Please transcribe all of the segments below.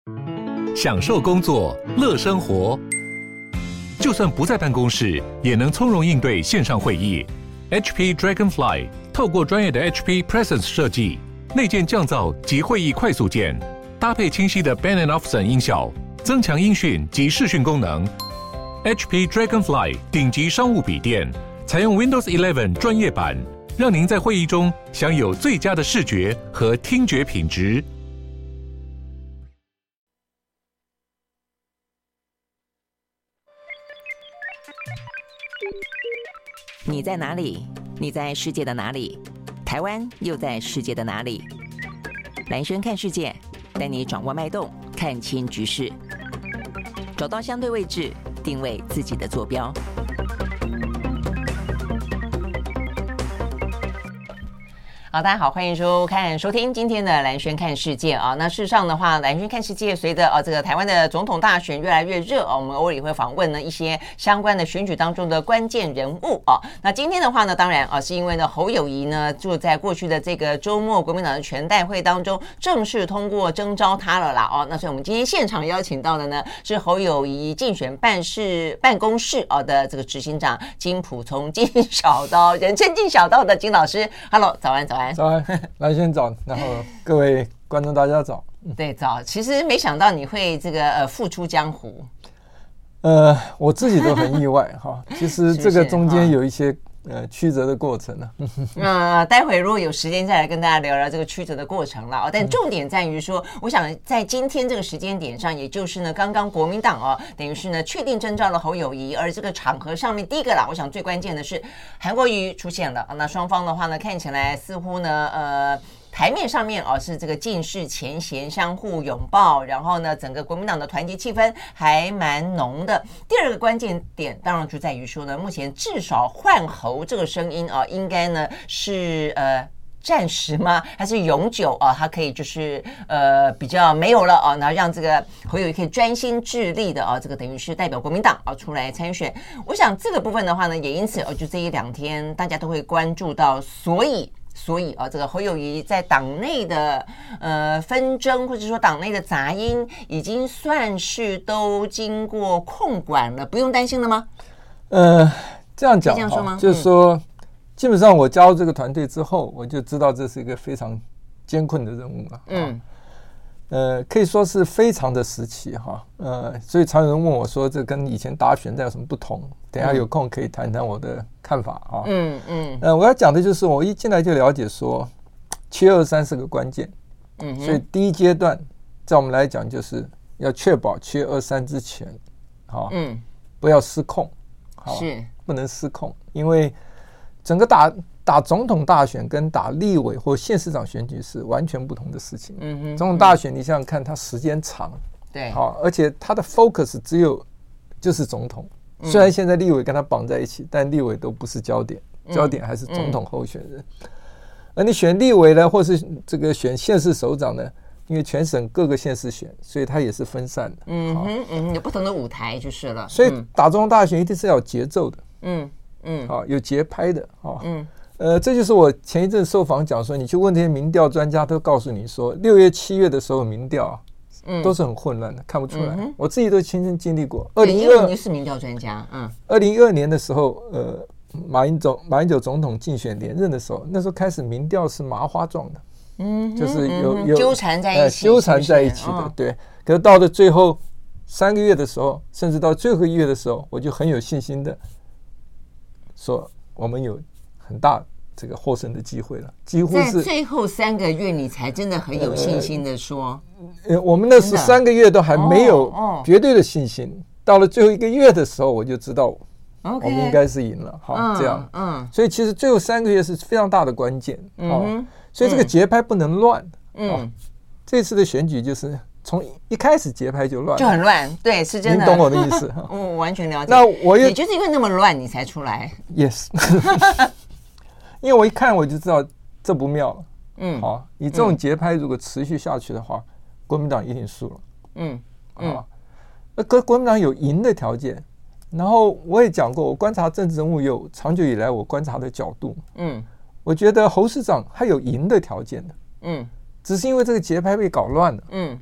享受工作，乐生活。就算不在办公室，也能从容应对线上会议。HP Dragonfly 透过专业的 HP Presence 设计，内建降噪及会议快速键，搭配清晰的 Bang & Olufsen 音效，增强音讯及视讯功能。HP Dragonfly 顶级商务笔电，采用 Windows 11专业版，让您在会议中享有最佳的视觉和听觉品质。 你在哪里？你在世界的哪里？台湾又在世界的哪里？蓝轩看世界，带你掌握脉动，看清局势，找到相对位置，定位自己的坐标。好，大家好，欢迎收听今天的蓝轩看世界啊。那事实上的话，蓝轩看世界随着这个台湾的总统大选越来越热啊，我们偶尔也会访问呢一些相关的选举当中的关键人物啊。那今天的话呢，当然啊，是因为呢侯友宜呢就在过去的这个周末国民党的全代会当中正式通过征召他了啦哦。那所以我们今天现场邀请到的呢是侯友宜竞选办公室的这个执行长金溥聪金小刀，人称金小刀的金老师。Hello， 早安。 早安，蓝轩早，然后各位观众大家早。 对，早。其实没想到你会这个复出江湖。 我自己都很意外哈。其实这个中间有一些曲折的过程呢。 待会如果有时间再来跟大家聊聊这个曲折的过程了。但重点在于说，我想在今天这个时间点上，也就是呢，刚刚国民党等于是呢确定征召了侯友宜，而这个场合上面，第一个啦，我想最关键的是韩国瑜出现了。那双方的话呢，看起来似乎呢，台面上面是这个尽释前嫌，相互拥抱，然后呢，整个国民党的团结气氛还蛮浓的。第二个关键点当然就在于说呢，目前至少换侯这个声音应该呢是暂时吗？还是永久它可以就是比较没有了然后让这个侯友宜可以专心致力的这个等于是代表国民党出来参选。我想这个部分的话呢，也因此就这一两天大家都会关注到，所以这个侯友宜在党内的纷争或者说党内的杂音已经算是都经过控管了，不用担心了吗？ 这样讲说吗？ 就是说，基本上我加入这个团队之后，我就知道这是一个非常艰困的任务了。可以说是非常的时期哈。所以常有人问我说，这跟以前打选战有什么不同？等一下有空可以谈谈我的看法啊。我要讲的就是，我一进来就了解说，723是个关键。所以第一阶段，在我们来讲，就是要确保723之前，不要失控， 是不能失控，因为整个打总统大选跟打立委或县市长选举是完全不同的事情。总统大选你想想看，它时间长， 对， 而且它的 focus 就是总统。虽然现在立委跟他绑在一起，但立委都不是焦点，焦点还是总统候选人。而你选立委呢，或是这个选县市首长呢，因为全省各个县市选，所以它也是分散的。 有不同的舞台就是了。 所以打总统大选一定是要有节奏的，有节拍的这就是我前一阵受访讲说，你去问这些民调专家，都告诉你说，6月、7月的时候民调都是很混乱的，看不出来。我自己都亲身经历过。 2012你是民调专家 ，2012年的时候，马英九总统竞选连任的时候，那时候开始民调是麻花状的，就是有纠缠在一起的，对。可是到了最后3个月的时候，甚至到最后1月的时候，我就很有信心的说，我们有很大这个获胜的机会了，几乎是在最后3个月你才真的很有信心的说， 我们那13个月都还没有绝对的信心，到了最后1个月的时候，我就知道我们应该是赢了。好，这样，所以其实最后3个月是非常大的关键。所以这个节拍不能乱。这次的选举就是从一开始节拍就乱， 就很乱。对，是真的。 您懂我的意思？ 我完全了解。 那也就是因为那么乱，你才出来。 Yes 。因为我一看我就知道这不妙了。好，你这种节拍如果持续下去的话，国民党一定输了。国民党有赢的条件。然后我也讲过，我观察政治人物有长久以来我观察的角度。我觉得侯市长他有赢的条件的。只是因为这个节拍被搞乱了。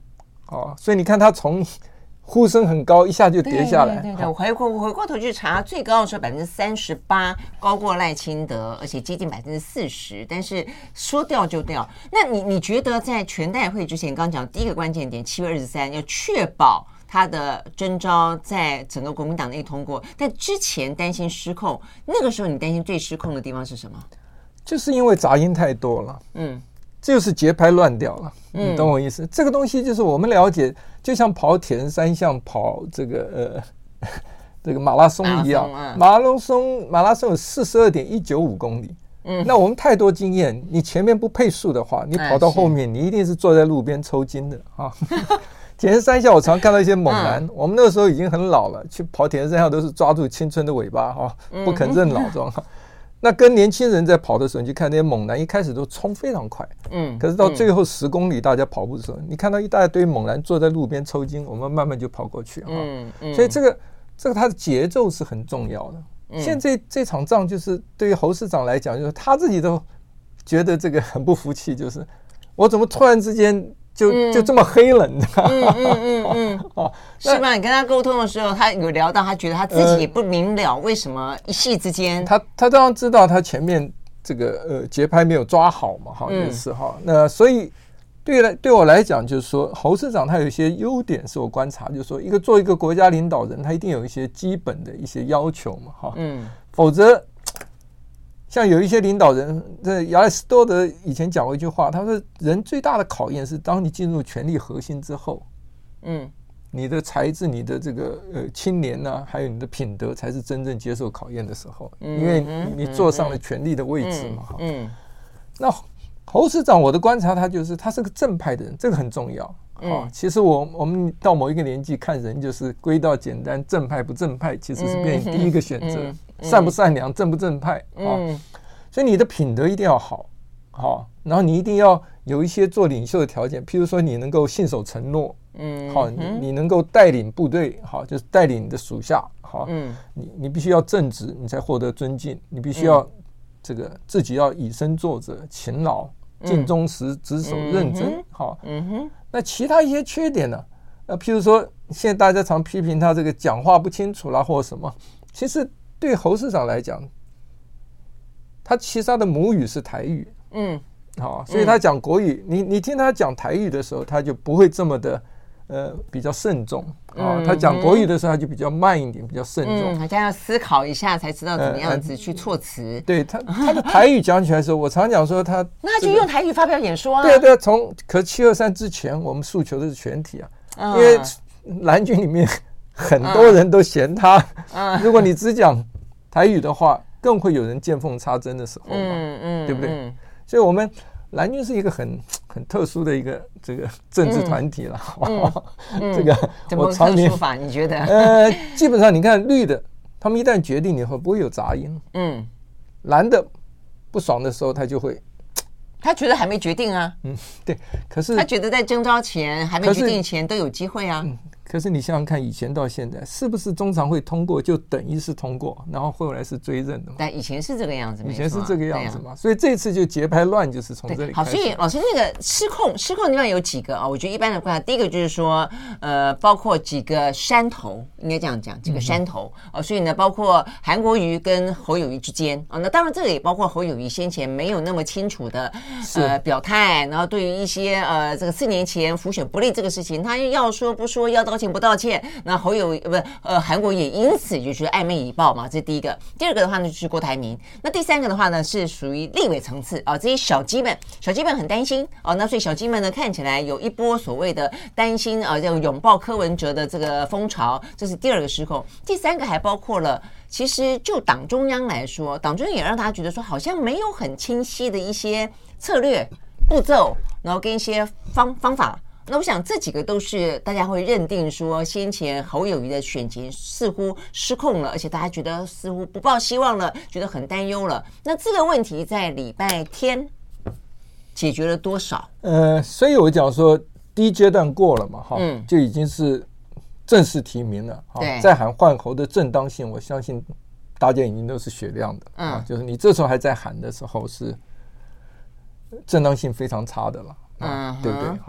所以你看他从呼声很高，一下就跌下来。 对，我回过头去查，最高的时候38%，高过赖清德，而且接近40%，但是说掉就掉。那你觉得在全代会之前，刚讲第一个关键点，7月23要确保他的征召在整个国民党内通过，但之前担心失控，那个时候你担心最失控的地方是什么？ 就是因为杂音太多了，这就是节拍乱掉了，你懂我意思？这个东西就是我们了解，就像跑铁人三项、跑这个马拉松一样，马拉松有42.195公里。那我们太多经验，你前面不配速的话，你跑到后面，你一定是坐在路边抽筋的啊。铁人三项我常看到一些猛男，我们那个时候已经很老了，去跑铁人三项都是抓住青春的尾巴不肯认老状。那跟年轻人在跑的时候，你就看那些猛男一开始都冲非常快，可是到最后10公里大家跑步的时候，你看到一大堆猛男坐在路边抽筋，我们慢慢就跑过去所以这个它的节奏是很重要的。现在这场仗就是对于侯市长来讲，就是他自己都觉得这个很不服气，就是我怎么突然之间就这么黑了，你知道吗？ 是吗？你跟他沟通的时候，他有聊到，他觉得他自己也不明了为什么一夕之间， 他当然知道他前面这个节拍没有抓好嘛，也是那所以对我来讲，就是说侯市长他有一些优点是我观察，就是说做一个国家领导人，他一定有一些基本的一些要求嘛，否则。像有一些领导人，亚里士多德以前讲过一句话，他说人最大的考验是当你进入权力核心之后，你的才智、你的这个清廉啊，还有你的品德才是真正接受考验的时候，因为你坐上了权力的位置嘛。那侯市长我的观察，他是个正派的人，这个很重要。其实我们到某一个年纪看人，就是归到简单，正派不正派，其实是变成第一个选择。善不善良，正不正派所以你的品德一定要好，然后你一定要有一些做领袖的条件，譬如说你能够信守承诺，你能够带领部队，就是带领你的属下，你必须要正直，你才获得尊敬，你必须要这个自己要以身作则，勤劳、尽忠实、职守、认真，那其他一些缺点呢？譬如说现在大家常批评他这个讲话不清楚啦，或什么，其实。对侯市长来讲，他其实他的母语是台语，所以他讲国语，你听他讲台语的时候，他就不会这么的比较慎重他讲国语的时候，他就比较慢一点，比较慎重， 好像要思考一下才知道怎么样子去措辞。 对他的台语讲起来的时候，我常讲说他那就用台语发表演说啊。 对，可723之前，我们诉求的是全体因为蓝军里面。很多人都嫌他，如果你只讲台语的话，更会有人见缝插针的时候嘛，对不对？所以我们蓝军是一个很特殊的一个这个政治团体了。这个我常年法，你觉得？基本上你看绿的，他们一旦决定以后不会有杂音。蓝的不爽的时候，他就会。 他觉得还没决定啊。 对，可是他觉得在征召前还没决定前都有机会啊。 可是你想想看，以前到现在，是不是中常会通过就等于是通过，然后后来是追认的嘛？ 但以前是这个样子， 以前是这个样子嘛？所以这次就节拍乱，就是从这里开始。 好，所以老师那个失控的地方有几个啊？我觉得一般的观察，第一个就是说，包括几个山头，应该这样讲，几个山头所以呢，包括韩国瑜跟侯友宜之间那当然这个也包括侯友宜先前没有那么清楚的表态，然后对于一些这个4年前辅选不利这个事情，他要说不说，要道歉不道歉，那侯友韩国也因此就是暧昧以报嘛，这是第一个。第二个的话呢就是郭台铭，那第三个的话呢是属于立委层次这些小鸡们很担心那所以小鸡们呢看起来有一波所谓的担心要拥抱柯文哲的这个风潮，这是第二个失控。第三个还包括了，其实就党中央来说，党中央也让大家觉得说好像没有很清晰的一些策略步骤，然后跟一些方法。那我想这几个都是大家会认定说先前侯友宜的选情似乎失控了，而且大家觉得似乎不抱希望了，觉得很担忧了。那这个问题在礼拜天解决了多少？ 所以我讲说第一阶段过了嘛，就已经是正式提名了。再喊换侯的正当性，我相信大家已经都是雪亮的。就是你这时候还在喊的时候，是正当性非常差的了。对不对？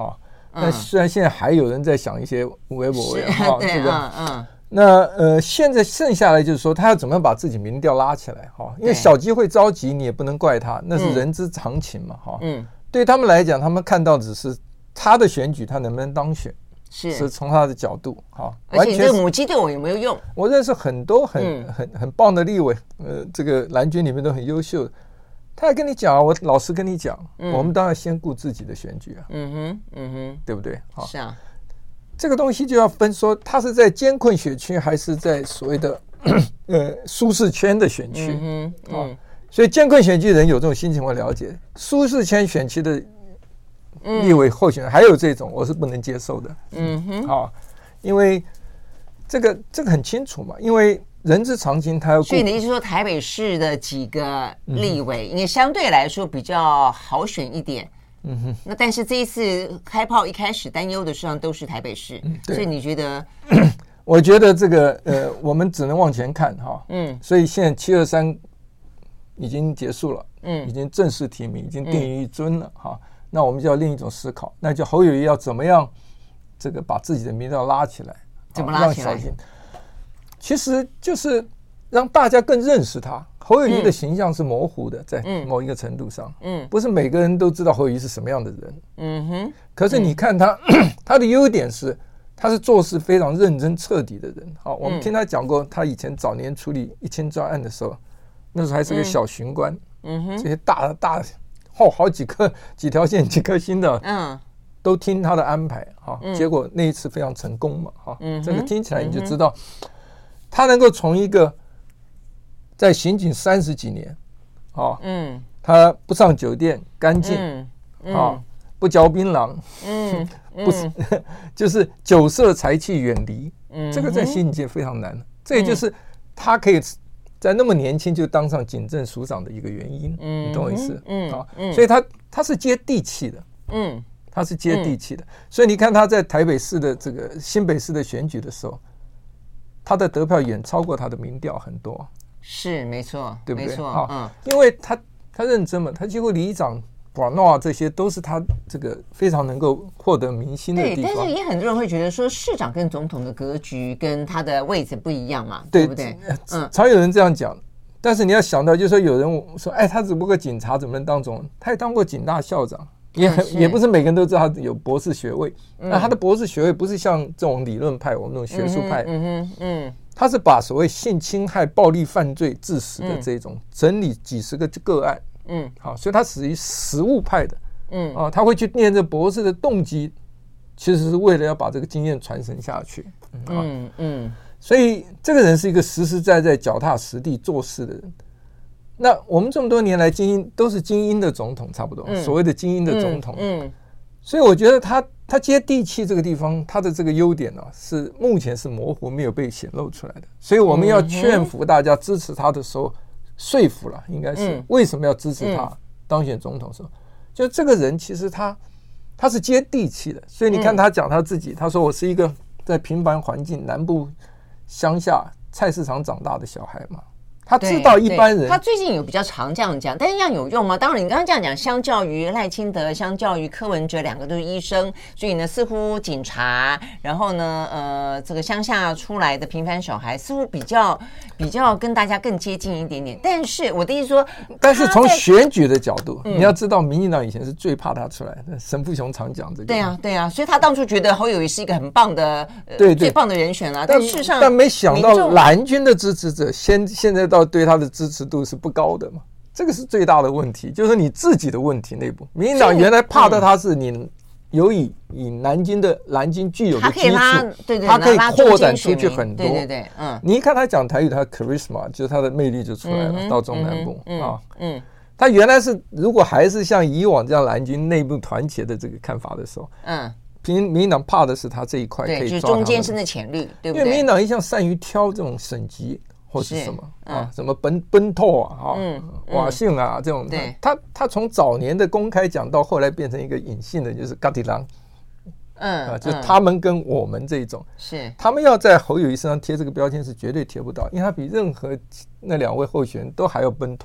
那虽然现在还有人在想一些微博对， 那现在剩下来就是说，他要怎么样把自己民调拉起来哈？因为小鸡会着急，你也不能怪他，那是人之常情嘛哈。对他们来讲，他们看到只是他的选举，他能不能当选，是从他的角度哈。 而且这个母鸡对我有没有用？ 我认识很多很棒的立委，这个蓝军里面都很优秀的。他还跟你讲我老实跟你讲，我们当然先顾自己的选举啊，对不对？ 是啊。 这个东西就要分说，它是在艰困选区还是在所谓的舒适圈的选区所以艰困选区人有这种心情我了解，舒适圈选区的立委候选人还有这种我是不能接受的。因为这个很清楚嘛，因为人之常情，他要。 所以你的意思说，台北市的几个立委，因为相对来说比较好选一点。那但是这一次开炮一开始担忧的实际上都是台北市，所以你觉得？ 我觉得这个我们只能往前看哈。所以现在723已经结束了，已经正式提名，已经定于一尊了哈。那我们就要另一种思考，那就侯友宜要怎么样这个把自己的民调拉起来？ 怎么拉起来？ 其实就是让大家更认识他。侯友宜的形象是模糊的，在某一个程度上，不是每个人都知道侯友宜是什么样的人。可是你看他，他的优点是，他是做事非常认真彻底的人。好，我们听他讲过，他以前早年处理1000专案的时候，那时候还是个小巡官，这些大好几条线几颗星的，都听他的安排哈。结果那一次非常成功嘛，哈，这个听起来你就知道，他能够从一个在刑警30几年，他不上酒店，干净，不嚼槟榔，不是，就是酒色财气远离，这个在刑警界非常难。这也就是他可以在那么年轻就当上警政署长的一个原因，你懂我意思？所以他是接地气的，他是接地气的。所以你看他在台北市的这个新北市的选举的时候，他的得票远超过他的民调很多。 是没错， 对不对？ 没错， 因为他认真嘛，他几乎里长、瓦诺这些都是他这个非常能够获得民心的地方。 对，但是也很多人会觉得说，市长跟总统的格局跟他的位置不一样嘛，对不对？ 常有人这样讲，但是你要想到，就是说有人说，哎，他只不过警察，怎么能当总统？他也当过警大校长，也不是每个人都知道他有博士学位。那他的博士学位不是像这种理论派，我们那种学术派。他是把所谓性侵害、暴力犯罪致死的这种整理几十个个案，好，所以他属于实务派的，他会去念这博士的动机，其实是为了要把这个经验传承下去，所以这个人是一个实实在在脚踏实地做事的人。那我们这么多年来都是精英的总统，差不多，所谓的精英的总统，所以我觉得他接地气这个地方，他的这个优点呢，是目前是模糊，没有被显露出来的。所以我们要劝服大家支持他的时候，说服了，应该是为什么要支持他当选总统的时候，就这个人其实他是接地气的。所以你看他讲他自己，他说我是一个在平凡环境南部乡下菜市场长大的小孩嘛。他知道一般人， 他最近有比较常这样讲，但是这样有用吗？当然，你刚刚这样讲，相较于赖清德，相较于柯文哲，两个都是医生，所以呢，似乎警察，然后呢，这个乡下出来的平凡小孩，似乎比较跟大家更接近一点点。但是我的意思说， 但是从选举的角度，你要知道，民进党以前是最怕他出来的。沈富雄常讲这个， 对啊，所以他当初觉得侯友宜是一个很棒的，最棒的人选了。但事实上， 但没想到蓝军的支持者现在到对他的支持度是不高的嘛，这个是最大的问题，就是你自己的问题内部。民进党原来怕的他是你有以蓝军具有的基础，他可以扩展出去很多。 对， 你一看他讲台语，他 charisma 就是他的魅力就出来了，到中南部他原来是如果还是像以往这样蓝军内部团结的这个看法的时候，民进党怕的是他这一块可以抓他就是中间生的潜力，对不对？ 因为民进党一向善于挑这种省级。或是什么什么奔拓瓦信这种，他从早年的公开讲到后来变成一个隐性的，就是嘎迪郎，就他们跟我们这种， 是他们要在侯友宜身上贴这个标签是绝对贴不到，因为他比任何那2位候选人都还要奔拓。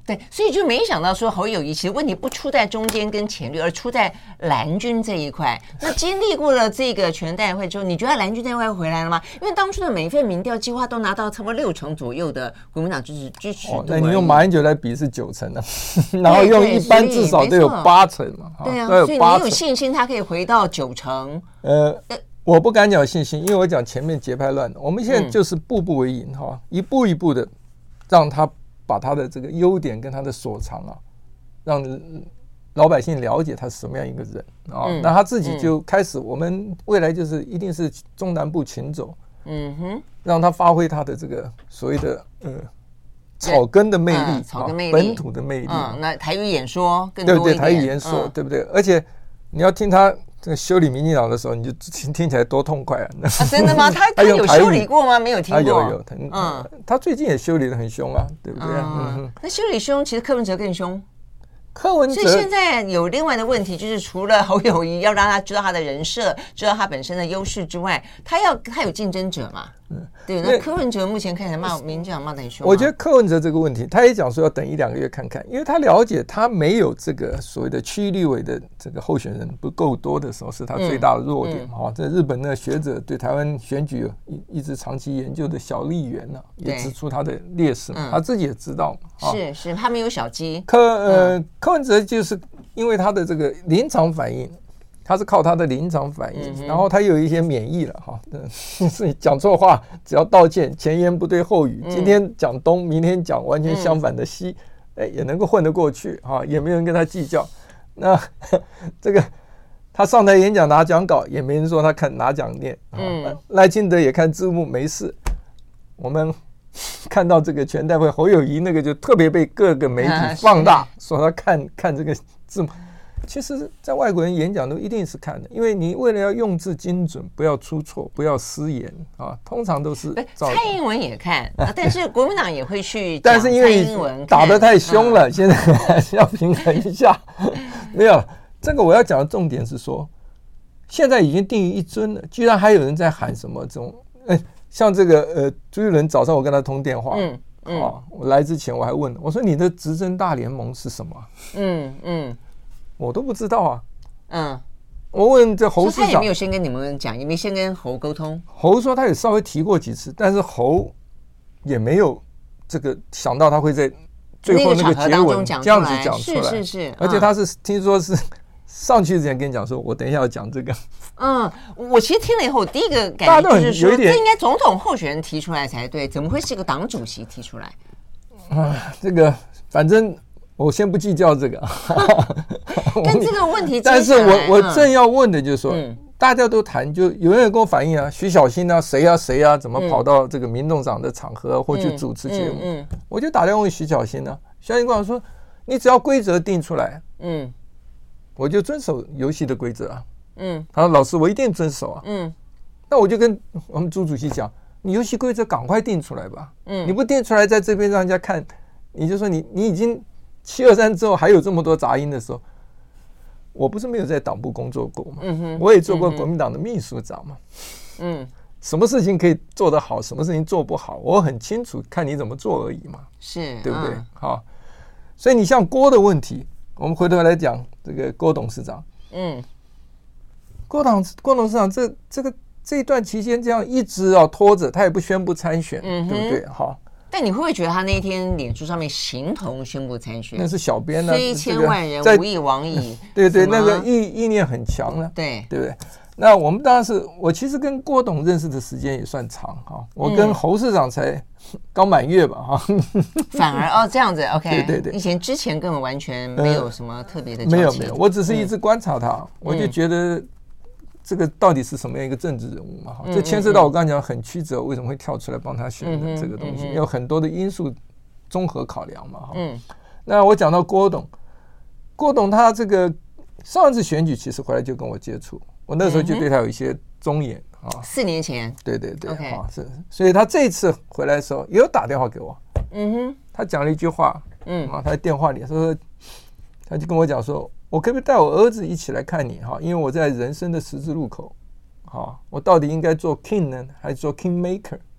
对，所以就没想到说侯友宜其实问题不出在中间跟浅绿，而出在蓝军这一块。那经历过了这个全代会之后，你觉得蓝军这一块回来了吗？因为当初的每一份民调计划都拿到差不多60%左右的国民党支持度。 那你用马英九来比是90%啊，然后用一般至少都有80%嘛。 对啊，所以你有信心它可以回到90%？ 我不敢讲信心，因为我讲前面节拍乱，我们现在就是步步为营哈，一步一步的让他把他的这个优点跟他的所长啊，让老百姓了解他是什么样一个人啊。那他自己就开始，我们未来就是一定是中南部勤走，让他发挥他的这个所谓的草根的魅力， 草根魅力， 本土的魅力。 那台语演说更多一点， 对对，台语演说，对不对？而且你要听他这个修理民进党的时候，你就听起来多痛快啊！ 真的吗？他有修理过吗？没有听过。 有，他最近也修理得很凶啊，对不对？ 那修理凶，其实柯文哲更凶。 柯文哲， 所以现在有另外的问题，就是除了侯友宜要让他知道他的人设，知道他本身的优势之外，他有竞争者嘛？对。那柯文哲目前看起来骂民进党骂得很凶。 我觉得柯文哲这个问题，他也讲说要等1-2个月看看，因为他了解他没有这个所谓的区域立委的这个候选人不够多的时候，是他最大的弱点。在日本的学者对台湾选举有一直长期研究的小笠原呢，也指出他的劣势，他自己也知道嘛。 是，他没有小鸡。 柯文哲就是因为他的这个临场反应。他是靠他的临场反应，然后他有一些免疫了哈，是讲错话只要道歉，前言不对后语，今天讲东，明天讲完全相反的西，也能够混得过去哈，也没有人跟他计较。那这个他上台演讲拿讲稿，也没人说他看拿讲念。赖清德也看字幕没事。我们看到这个全代会侯友宜那个就特别被各个媒体放大，说他看这个字幕。其实在外国人演讲都一定是看的，因为你为了要用字精准，不要出错，不要失言啊，通常都是蔡英文也看，但是国民党也会去但是因为打得太凶了，现在还是要平衡一下。没有，这个我要讲的重点是说，现在已经定于一尊了，居然还有人在喊什么这种像这个朱立伦早上我跟他通电话，我来之前我还问我说你的执政大联盟是什么？我都不知道啊。我问这侯市长， 他也没有先跟你们讲，也没先跟侯沟通。 侯说他也稍微提过几次，但是侯也没有这个想到他会在最后那个结文这样子讲出来。是，而且他是听说是上去之前跟你讲说，我等一下要讲这个。 我其实听了以后，第一个感觉就是说，这应该总统候选人提出来才对，怎么会是个党主席提出来？ 这个反正。我先不计较这个， 但这个问题， 但是我正要问的就是说，大家都谈，就有人跟我反映啊，徐小新啊，谁啊，怎么跑到这个民众党的场合或去主持节目？我就打电话问徐小新啊，徐小新跟我说，你只要规则定出来，我就遵守游戏的规则啊。他说老师，我一定遵守啊。那我就跟我们朱主席讲，你游戏规则赶快定出来吧。你不定出来，在这边让人家看，你就说你已经。723之后还有这么多杂音的时候，我不是没有在党部工作过吗？我也做过国民党的秘书长嘛。什么事情可以做得好，什么事情做不好，我很清楚，看你怎么做而已嘛。 是， 对不对？好，所以你像郭的问题，我们回头来讲这个郭董事长。郭董事长这一段期间这样一直拖着，他也不宣布参选，对不对？好。 但你会不会觉得他那一天脸书上面形同宣布参选？ 那是小编呢， 非千万人无以往矣。 对，那个意念很强了，对不对？那我们当然是，我其实跟郭董认识的时间也算长哈，我跟侯市长才刚满月吧哈。 反而这样子 ，OK， 对， 以前之前根本完全没有什么特别的交情，没有，我只是一直观察他，我就觉得。这个到底是什么样一个政治人物嘛？这牵涉到我刚才讲很曲折，为什么会跳出来帮他选的这个东西，有很多的因素综合考量嘛。那我讲到郭董他这个上一次选举其实回来就跟我接触，我那时候就对他有一些忠言 4年前， 对，是，所以他这一次回来的时候也有打电话给我，他讲了一句话，他在电话里说，他就跟我讲说。我可不可以带我儿子一起来看你哈？因为我在人生的十字路口，我到底应该做 king 呢，还是做 king maker？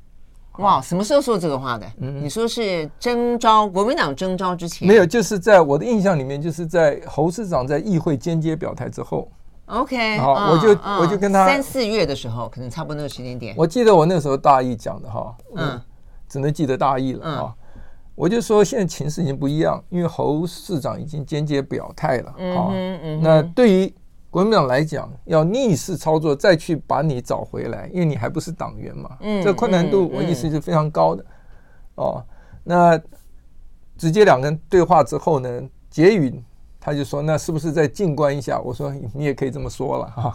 哇，什么时候说这个话的？你说是征召国民党征召之前？ 没有，就是在我的印象里面，就是在侯市长在议会间接表态之后。 OK， 好，我就跟他 3、4月的时候，可能差不多那个时间点。 我记得我那时候大意讲的哈，只能记得大意了哈。我就说现在情势已经不一样，因为侯市长已经间接表态了。那对于国民党来讲，要逆势操作再去把你找回来，因为你还不是党员嘛，这困难度我意思是非常高的。那直接两个人对话之后呢，结语他就说，那是不是再静观一下？我说你也可以这么说了哈。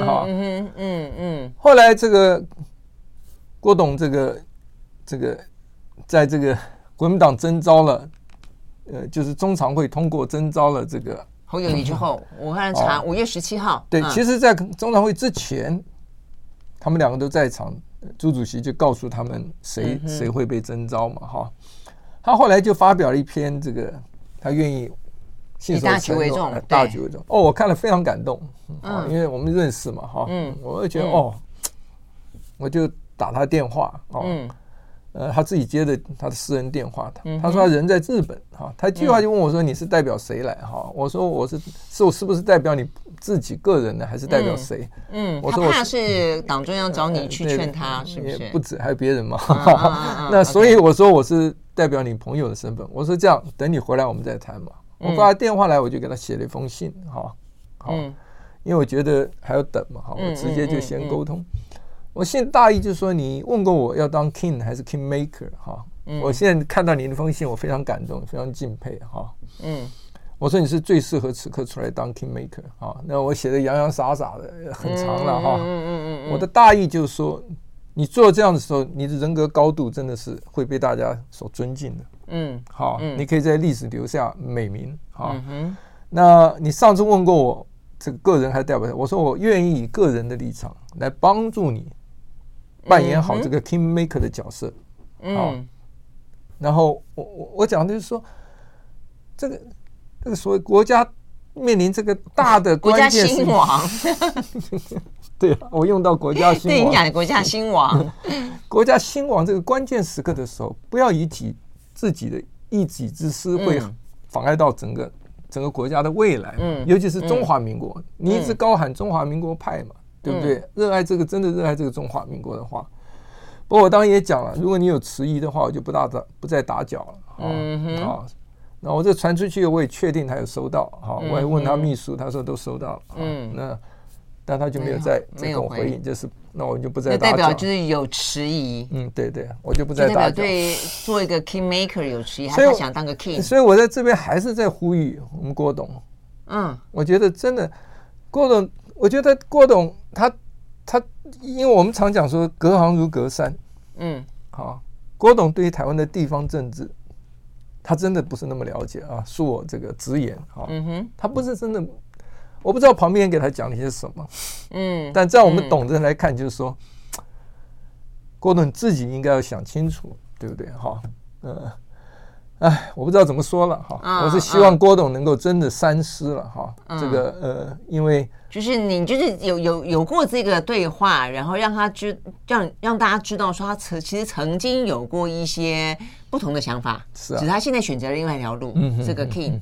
后来这个郭董这个在这个国民党征召了，就是中常会通过征召了这个侯友宜之后，我看查5月17号。 对，其实，在中常会之前，他们两个都在场，朱主席就告诉他们谁会被征召嘛哈。他后来就发表了一篇这个，他愿意信守承诺，大局为重。我看了非常感动，因为我们认识嘛哈。我就觉得我就打他电话他自己接的他的私人电话，他说他人在日本哈，他一句话就问我说你是代表谁来哈？我说我是不是代表你自己个人呢，还是代表谁？ 我说他怕是党中央找你去劝他，是不是？ 不止还有别人嘛。那所以我说我是代表你朋友的身份。我说这样，等你回来我们再谈嘛。我挂他电话来，我就给他写了一封信哈，因为我觉得还要等嘛哈，我直接就先沟通。我现在大意就是说，你问过我要当 king 还是 king maker 哈？我现在看到你那封信，我非常感动，非常敬佩哈。我说你是最适合此刻出来当 king maker 哈。那我写的洋洋洒洒的很长了哈。我的大意就是说，你做这样的时候，你的人格高度真的是会被大家所尊敬的。好，你可以在历史留下美名哈。那你上次问过我，这个个人还代表我说我愿意以个人的立场来帮助你扮演好这个 king maker 的角色。然后我讲的就是说，这个所谓国家面临这个大的关键国家兴亡。 对，我用到国家兴亡。 对，你讲的国家兴亡。 国家兴亡这个关键时刻的时候，不要以自己的一己之私会妨碍到整个国家的未来。尤其是中华民国，你一直高喊中华民国派嘛，对不对？热爱这个，真的热爱这个中华民国的话，不过我当然也讲了，如果你有迟疑的话，我就不再打搅了。那我这传出去，我也确定他有收到。我也问他秘书，他说都收到了。但他就没有再跟我回应，就是那我就不再打搅。 代表就是有迟疑。 对，我就不再打搅。 对，做一个 king maker 有迟疑，他想当个 king。 所以我在这边还是在呼吁我们郭董。我觉得真的郭董，我觉得郭董他，因为我们常讲说隔行如隔山。郭董对于台湾的地方政治，他真的不是那么了解啊，恕我这个直言他不是真的。我不知道旁边人给他讲了些什么，但在我们懂的人来看，就是说，郭董自己应该要想清楚，对不对？我不知道怎么说了我是希望郭董能够真的三思了这个因为就是你就是有过这个对话，然后让他让大家知道说他其实曾经有过一些不同的想法，只是他现在选择了另外一条路，这个 king。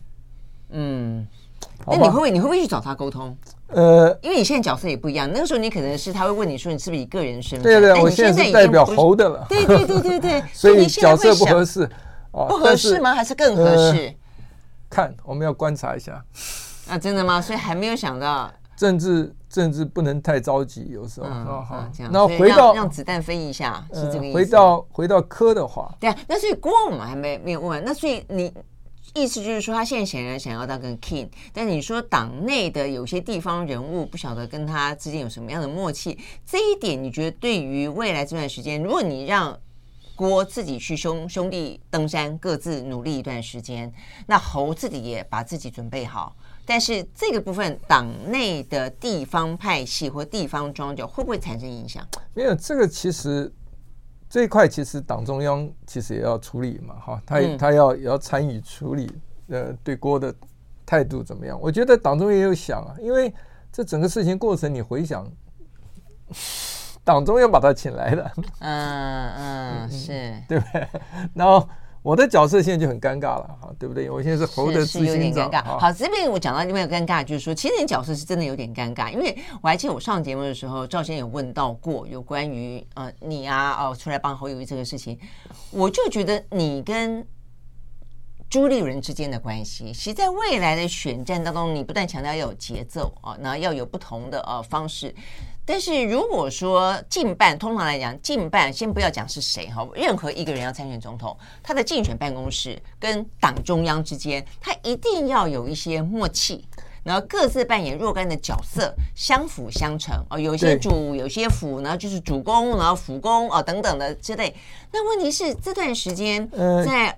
那你会不会去找他沟通？因为你现在角色也不一样，那个时候你可能是他会问你说你是不是以个人身份？ 对，我现在是代表侯的了。 对， 所以角色不合适。 不合适吗？还是更合适？ 看，我们要观察一下。 真的吗？所以还没有想到政治不能太着急，有时候这样。 然后回到让子弹飞一下，是这个意思。 回到柯的话， 对啊，那所以郭我们还没有问完，那所以你意思就是说，他现在显然想要当个 king， 但你说党内的有些地方人物不晓得跟他之间有什么样的默契，这一点你觉得对于未来这段时间，如果你让郭自己去兄弟登山，各自努力一段时间，那侯自己也把自己准备好，但是这个部分党内的地方派系或地方庄脚会不会产生影响？ 没有，这个其实这一块其实党中央其实也要处理嘛他要参与处理对郭的态度怎么样？我觉得党中央也有想因为这整个事情过程你回想， 党中央把他请来的， 是， 对不对？然后我的角色现在就很尴尬了，对不对？我现在是侯的执行长， 有点尴尬。好，这边我讲到另外一个尴尬，就是说，其实你角色是真的有点尴尬，因为我还记得我上节目的时候，赵先有问到过有关于你出来帮侯友宜这个事情，我就觉得你跟朱立伦之间的关系，其实在未来的选战当中，你不断强调要有节奏那要有不同的方式。但是如果说竞办，通常来讲，竞办先不要讲是谁任何一个人要参选总统，他的竞选办公室跟党中央之间，他一定要有一些默契。然后各自扮演若干的角色，相辅相成有些主，有些辅，然后就是主攻，然后辅攻等等的之类。那问题是这段时间在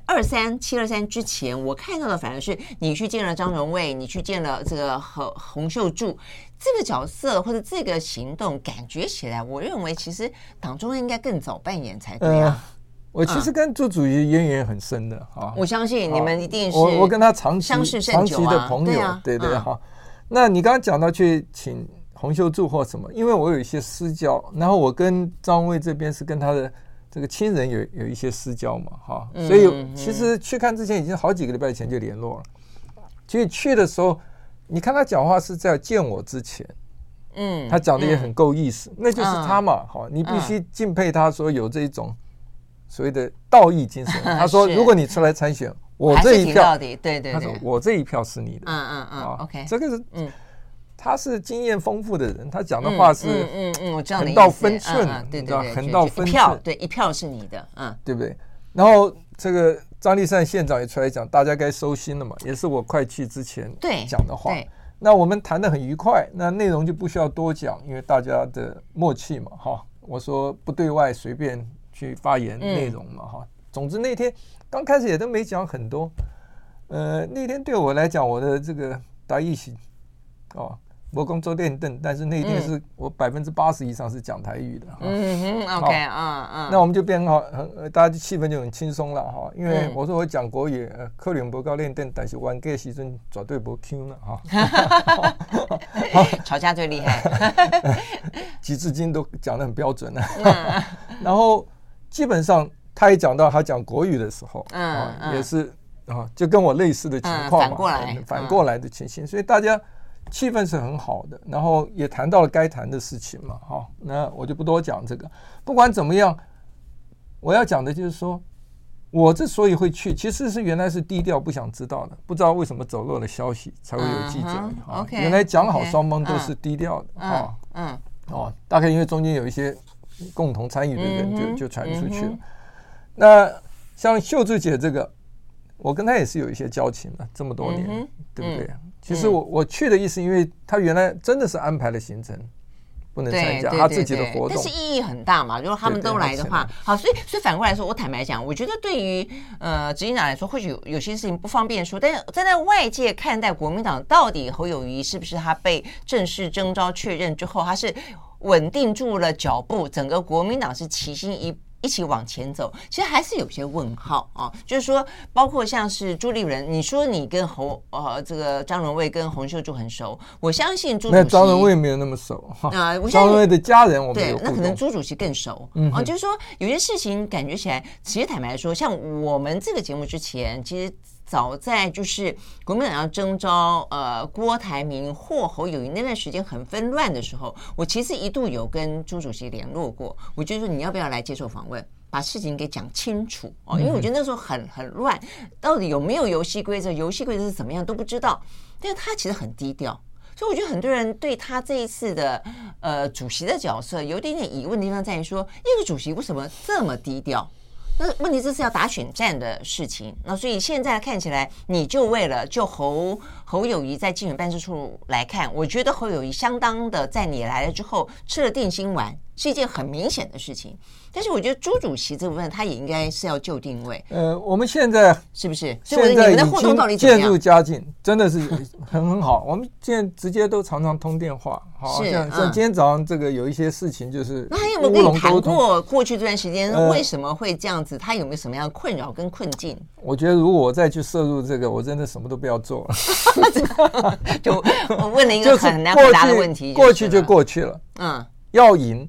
723之前，我看到的反而是你去见了张荣卫，你去见了这个洪秀柱，这个角色或者这个行动，感觉起来，我认为其实党中央应该更早扮演才对啊。 我其实跟朱主席渊源很深的我相信你们一定是我跟他长期的朋友，对那你刚刚讲到去请洪秀柱或什么，因为我有一些私交，然后我跟张荣卫这边是跟他的这个亲人有一些私交嘛所以其实去看之前已经好几个礼拜前就联络了。其实去的时候，你看他讲话是在见我之前，他讲的也很够意思，那就是他嘛你必须敬佩他说有这种所谓的道义精神。他说如果你出来参选，我这一票， 对， 他说我这一票是你的 OK， 这个是他是经验丰富的人，他讲的话是我知道很到分寸， 对， 很到分寸， 对，一票是你的对不对？然后这个张立善县长也出来讲，大家该收心了嘛，也是我快去之前讲的话。那我们谈得很愉快，那内容就不需要多讲，因为大家的默契嘛我说不对外随便去发言内容嘛总之那天刚开始也都没讲很多，那天对我来讲，我的这个台语是我工作练凳，但是那天是我80%以上是讲台语的 OK 那我们就变好，大家气氛就很轻松了因为我说我讲国语，可能不够练凳，但是玩个时阵绝对不 Q 了吵架最厉害， 几字经都讲得很标准了然后基本上他也讲到他讲国语的时候也是就跟我类似的情况反过来的情形，所以大家气氛是很好的，然后也谈到了该谈的事情嘛那我就不多讲这个。不管怎么样，我要讲的就是说，我之所以会去，其实是原来是低调不想知道的，不知道为什么走漏了消息才会有记者原来讲好双方都是低调的大概因为中间有一些共同参与的人就传出去了那像秀珠姐这个，我跟她也是有一些交情的，这么多年对不对其实我去的意思，因为他原来真的是安排了行程，不能参加他自己的活动， 但是意义很大嘛。如果他们都来的话，好，所以反过来说，我坦白讲，我觉得对于执行长来说，或许有些事情不方便说，但是站在外界看待国民党到底侯友宜是不是他被正式征召确认之后，他是稳定住了脚步，整个国民党是齐心一起往前走，其实还是有些问号就是说，包括像是朱立伦，你说你跟这个张荣卫跟洪秀柱很熟，我相信朱主席张荣卫没有那么熟张荣卫的家人我们有互动， 那可能朱主席更熟就是说有些事情感觉起来，其实坦白说，像我们这个节目之前，其实早在就是国民党要征召郭台铭或侯友宜那段时间很纷乱的时候，我其实一度有跟朱主席联络过，我就说你要不要来接受访问，把事情给讲清楚因为我觉得那时候很乱，到底有没有游戏规则是怎么样都不知道，但是他其实很低调，所以我觉得很多人对他这一次的主席的角色有点疑问的地方在于说，一个主席为什么这么低调？那问题这是要打选战的事情，那所以现在看起来，你就为了就侯友宜在竞选办事处来看，我觉得侯友宜相当的在你来了之后吃了定心丸，是一件很明显的事情。但是我觉得朱主席这部分他也应该是要就定位。 我们现在是不是？所以你们的互动到底怎么样？ 渐入佳境，真的是很好。我们现在直接都常常通电话，像今天早上这个有一些事情就是。 那他有没有跟你谈过过去这段时间为什么会这样子？他有没有什么样的困扰跟困境？ 我觉得如果我再去涉入这个，我真的什么都不要做了。 就我问了一个很难回答的问题， 过去就过去了。要赢。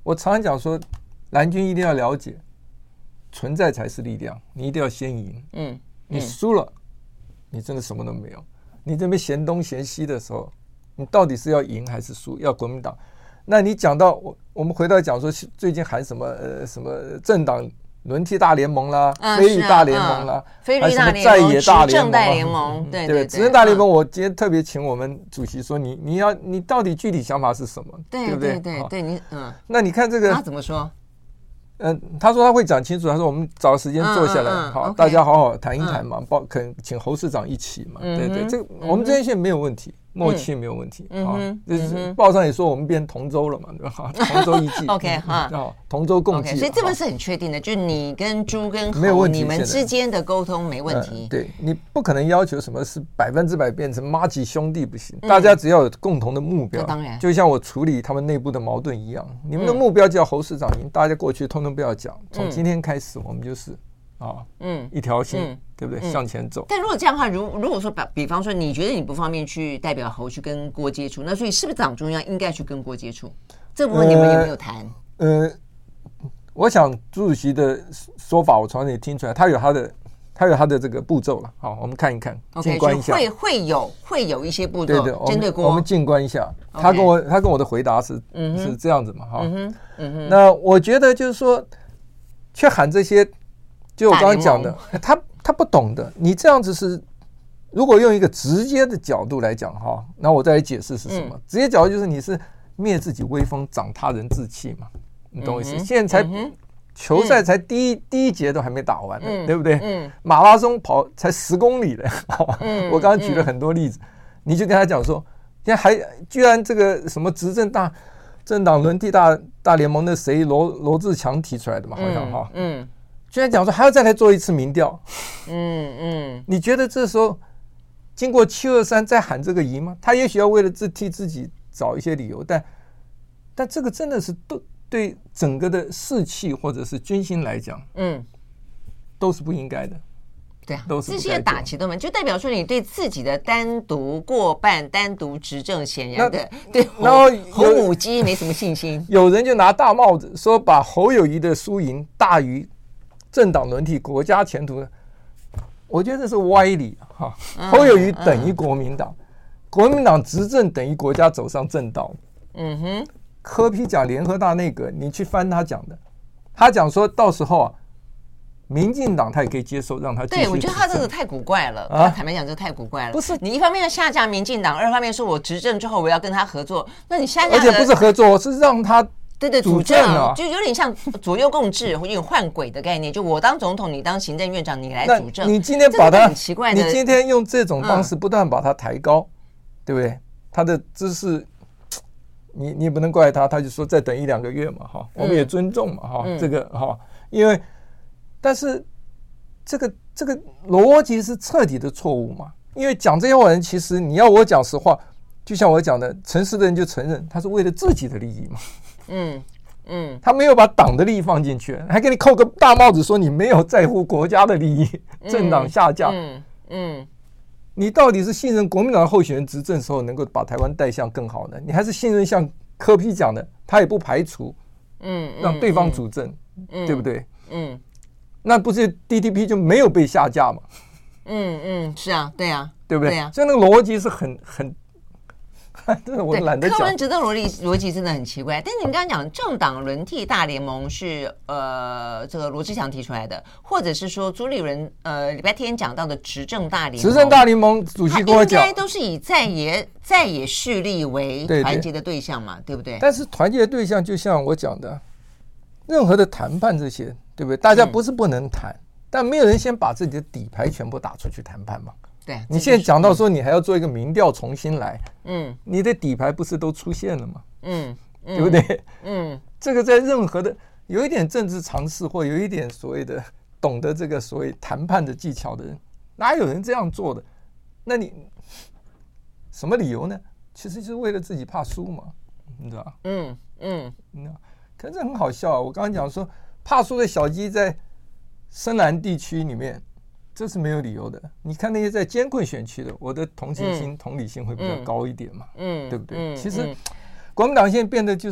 我常常讲说，蓝军一定要了解，存在才是力量，你一定要先赢。你输了，你真的什么都没有。你这边嫌东嫌西的时候，你到底是要赢还是输？要国民党？那你讲到我们回到讲说，最近喊什么什么政党轮替大联盟啦，非绿大联盟啦， 非绿大联盟、 在野大联盟，对对对， 执政大联盟。我今天特别请我们主席说，你到底具体想法是什么？对不对？ 对，你那你看这个他怎么说？ 他说他会讲清楚，他说我们找时间坐下来，好，大家好好谈一谈嘛，可能请侯市长一起嘛，对对，这个我们这些线没有问题。默契没有问题啊，就是报上也说我们变同舟了嘛，对吧？同舟一济 ，OK 哈， 同舟共济， 所以这个是很确定的，就是你跟朱跟侯你们之间的沟通没问题。 对，你不可能要求什么是100%变成麻吉兄弟不行，大家只要有共同的目标， 当然， 就像我处理他们内部的矛盾一样，你们的目标叫侯市长赢，大家过去通通不要讲，从今天开始我们就是。一条心，对不对？向前走。 但如果这样的话，如果说比方说，你觉得你不方便去代表侯去跟郭接触，那所以是不是党中央应该去跟郭接触？这部分你们有没有谈？ 我想朱主席的说法，我从那里听出来，他有他的这个步骤了。好，我们看一看，静观一下。 会有一些步骤， 对针对郭， 我们静观一下。他跟我的回答是这样子嘛？哈，那我觉得就是说，去喊这些。就我刚刚讲的，他不懂的。你这样子是，如果用一个直接的角度来讲哈，那我再来解释是什么。直接角度就是你是灭自己威风，长他人志气嘛，你懂我意思？现在球赛才第一节都还没打完呢，对不对？马拉松跑才10公里了。我刚刚举了很多例子，你就跟他讲说，现在居然这个什么执政政党轮替大联盟的谁罗志强提出来的嘛，好像哈，居然讲说还要再来做一次民调，你觉得这时候经过723再喊这个赢吗？他也许要为了替自己找一些理由，但这个真的是对整个的士气或者是军心来讲，都是不应该的。 对啊，这些打击都没，就代表说你对自己的单独过半、单独执政，显然的对侯母鸡没什么信心。 有人就拿大帽子说，把侯友宜的输赢大于政党轮替、国家前途，我觉得这是歪理哈。侯友宜等于国民党，国民党执政等于国家走上正道。柯 P 讲联合大内阁，你去翻他讲的，他讲说到时候啊，民进党他也可以接受，让他继续执政。 对，我觉得他这个太古怪了。坦白讲，这个太古怪了。不是，你一方面要下架民进党，二方面说我执政之后我要跟他合作，那你下架， 而且不是合作，是让他。 对，主政啊，就有点像左右共治或者换轨的概念。就我当总统，你当行政院长，你来主政。 你今天把他很奇怪的， 你今天用这种方式不断把他抬高，对不对？他的姿势，你也不能怪他，他就说再等1-2个月嘛，哈，我们也尊重嘛，哈，这个哈，因为但是这个逻辑是彻底的错误嘛。因为讲这些话人，其实你要我讲实话，就像我讲的，诚实的人就承认他是为了自己的利益嘛。他没有把党的利益放进去，还给你扣个大帽子，说你没有在乎国家的利益，政党下架。你到底是信任国民党的候选人执政时候能够把台湾带向更好呢？你还是信任像柯 P 讲的，他也不排除，让对方主政，对不对？那不是 DTP 就没有被下架吗？ 是啊，对啊， 对不对？所以那个逻辑是很。我懒得讲。 柯文哲的逻辑真的很奇怪。但是你刚刚讲政党轮替大联盟是这个罗志祥提出来的，或者是说朱立伦礼拜天讲到的执政大联盟。执政大联盟主席跟我讲，应该都是以在野势力为团结的对象嘛， 对不对？ 但是团结的对象就像我讲的，任何的谈判这些，对不对？大家不是不能谈，但没有人先把自己的底牌全部打出去谈判嘛。 对， 你现在讲到说你还要做一个民调重新来，你的底牌不是都出现了吗？对不对？这个在任何的有一点政治常识或有一点所谓的懂得这个所谓谈判的技巧的人，哪有人这样做的？那你什么理由呢？其实就是为了自己怕输嘛，你知道吧？可是这很好笑啊！我刚刚讲说，怕输的小鸡在深蓝地区里面。这是没有理由的。你看那些在艰困选区的，我的同情心、同理心会比较高一点嘛，对不对？其实国民党现在变得就是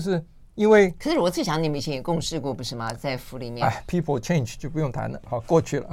因为可是罗志祥你们以前也共事过不是吗？在府里面 ，people change 就不用谈了，好，过去了。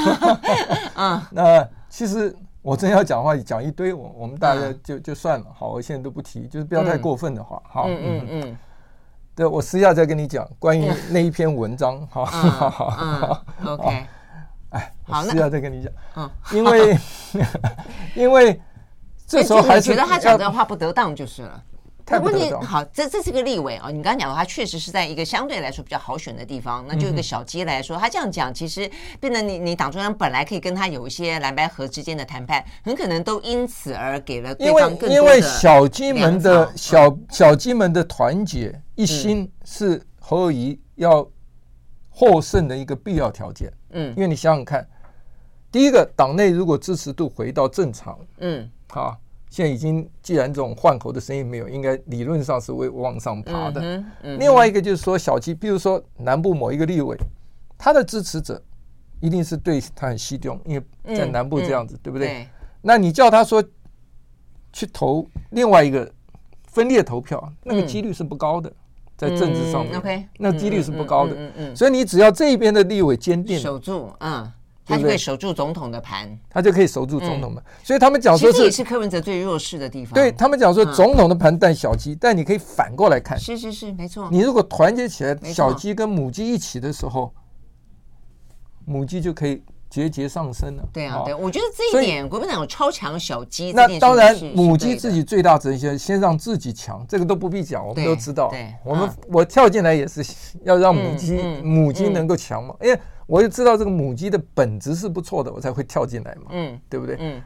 那其实我真要讲话讲一堆，我们大家就算了，好，我现在都不提，就是不要太过分的话，好，对，我私下再跟你讲关于那一篇文章，好 ，OK， 我私下再跟你讲，因为这时候还是觉得他讲这话不得当就是了。问题好，这是个立委你刚刚讲的，他确实是在一个相对来说比较好选的地方。那就一个小鸡来说，他这样讲，其实变成你党中央本来可以跟他有一些蓝白合之间的谈判，很可能都因此而给了对方更多的。 因为小鸡们的团结一心是侯友宜要获胜的一个必要条件。因为你想想看，第一个，党内如果支持度回到正常，现在已经既然这种换候的声音没有，应该理论上是会往上爬的。另外一个就是说小鸡，比如说南部某一个立委，他的支持者一定是对他很器重，因为在南部这样子，对不对？那你叫他说去投另外一个分裂投票，那个几率是不高的，在政治上面，那几率是不高的。所以你只要这一边的立委坚定守住，他就可以守住总统的盘， 所以他们讲说其实也是柯文哲最弱势的地方。 对，他们讲说总统的盘带小鸡，但你可以反过来看， 是没错。 你如果团结起来，小鸡跟母鸡一起的时候，母鸡就可以节节上升了。 对，我觉得这一点国民党有超强小鸡这件事情。 那当然，母鸡自己最大责任先让自己强，这个都不必讲，我们都知道。我跳进来也是要让母鸡能够强嘛，因为我就知道这个母鸡的本质是不错的，我才会跳进来嘛，对不对？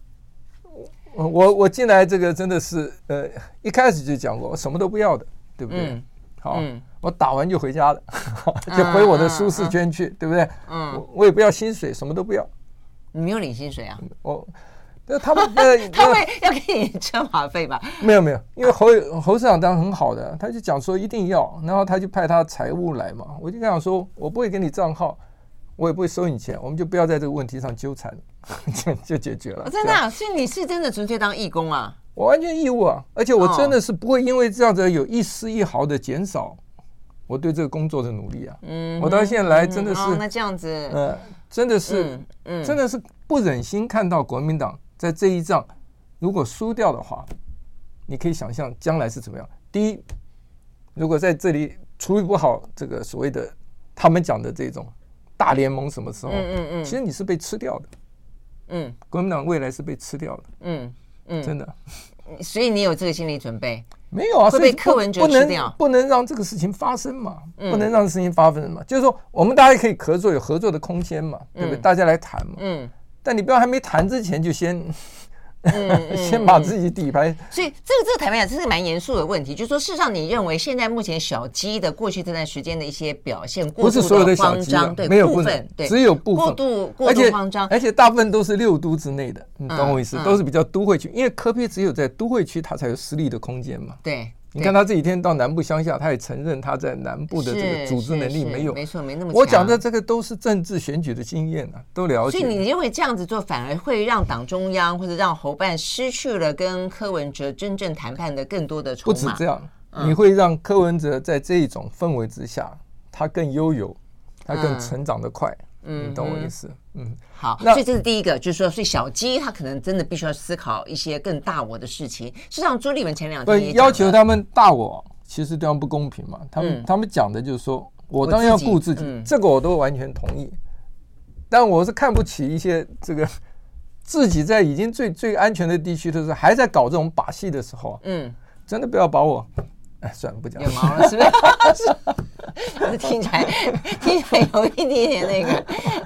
我进来这个真的是一开始就讲过，我什么都不要的，对不对？好，我打完就回家了，就回我的舒适圈去，对不对？我也不要薪水，什么都不要。 你没有领薪水啊？ 他们他会要给你车马费吧？ 没有，因为侯市长当然很好的，他就讲说一定要，然后他就派他财务来嘛，我就跟他讲说，我不会给你账号，我也不会收你钱，我们就不要在这个问题上纠缠，就解决了。 真的所以你是真的纯粹当义工啊？ 我完全义务啊，而且我真的是不会因为这样子有一丝一毫的减少我对这个工作的努力啊。我到现在来真的是那这样子真的是不忍心看到国民党在这一仗如果输掉的话，你可以想象将来是怎么样。第一，如果在这里处理不好这个所谓的他们讲的这种大联盟什么时候，其实你是被吃掉的。国民党未来是被吃掉的。真的。 所以你有这个心理准备？ 没有啊， 会被柯文哲吃掉， 不能让这个事情发生嘛，不能让事情发生嘛。就是说，我们大家可以合作，有合作的空间嘛，对不对？大家来谈嘛。但你不要还没谈之前就先把自己底牌。所以这个坦白讲，这是蛮严肃的问题。就是说，事实上，你认为现在目前小鸡的过去这段时间的一些表现， 不是所有的小鸡， 对， 没有部分，对， 只有部分过度慌张， 而且大部分都是6都之内的，你懂我意思？都是比较都会区，因为柯 P 只有在都会区，它才有施力的空间嘛。 对。 你看他这几天到南部乡下，他也承认他在南部的这个组织能力没有， 没错，没那么强。 我讲的这个都是政治选举的经验啊，都了解。 所以你认为这样子做反而会让党中央或者让侯办失去了跟柯文哲真正谈判的更多的筹码？ 不止这样，你会让柯文哲在这种氛围之下，他更悠游，他更成长得快。你懂我意思？ 好，所以这是第一个，就是说，所以小鸡他可能真的必须要思考一些更大我的事情。事实上，朱立伦前2天也要求他们大我，其实对他们不公平嘛。他们讲的就是说，我当然要顾自己，这个我都完全同意。但我是看不起一些这个自己在已经最安全的地区的时候，还在搞这种把戏的时候，真的不要把我。算了，不讲。 有毛了是不是？听起来有一点点那个，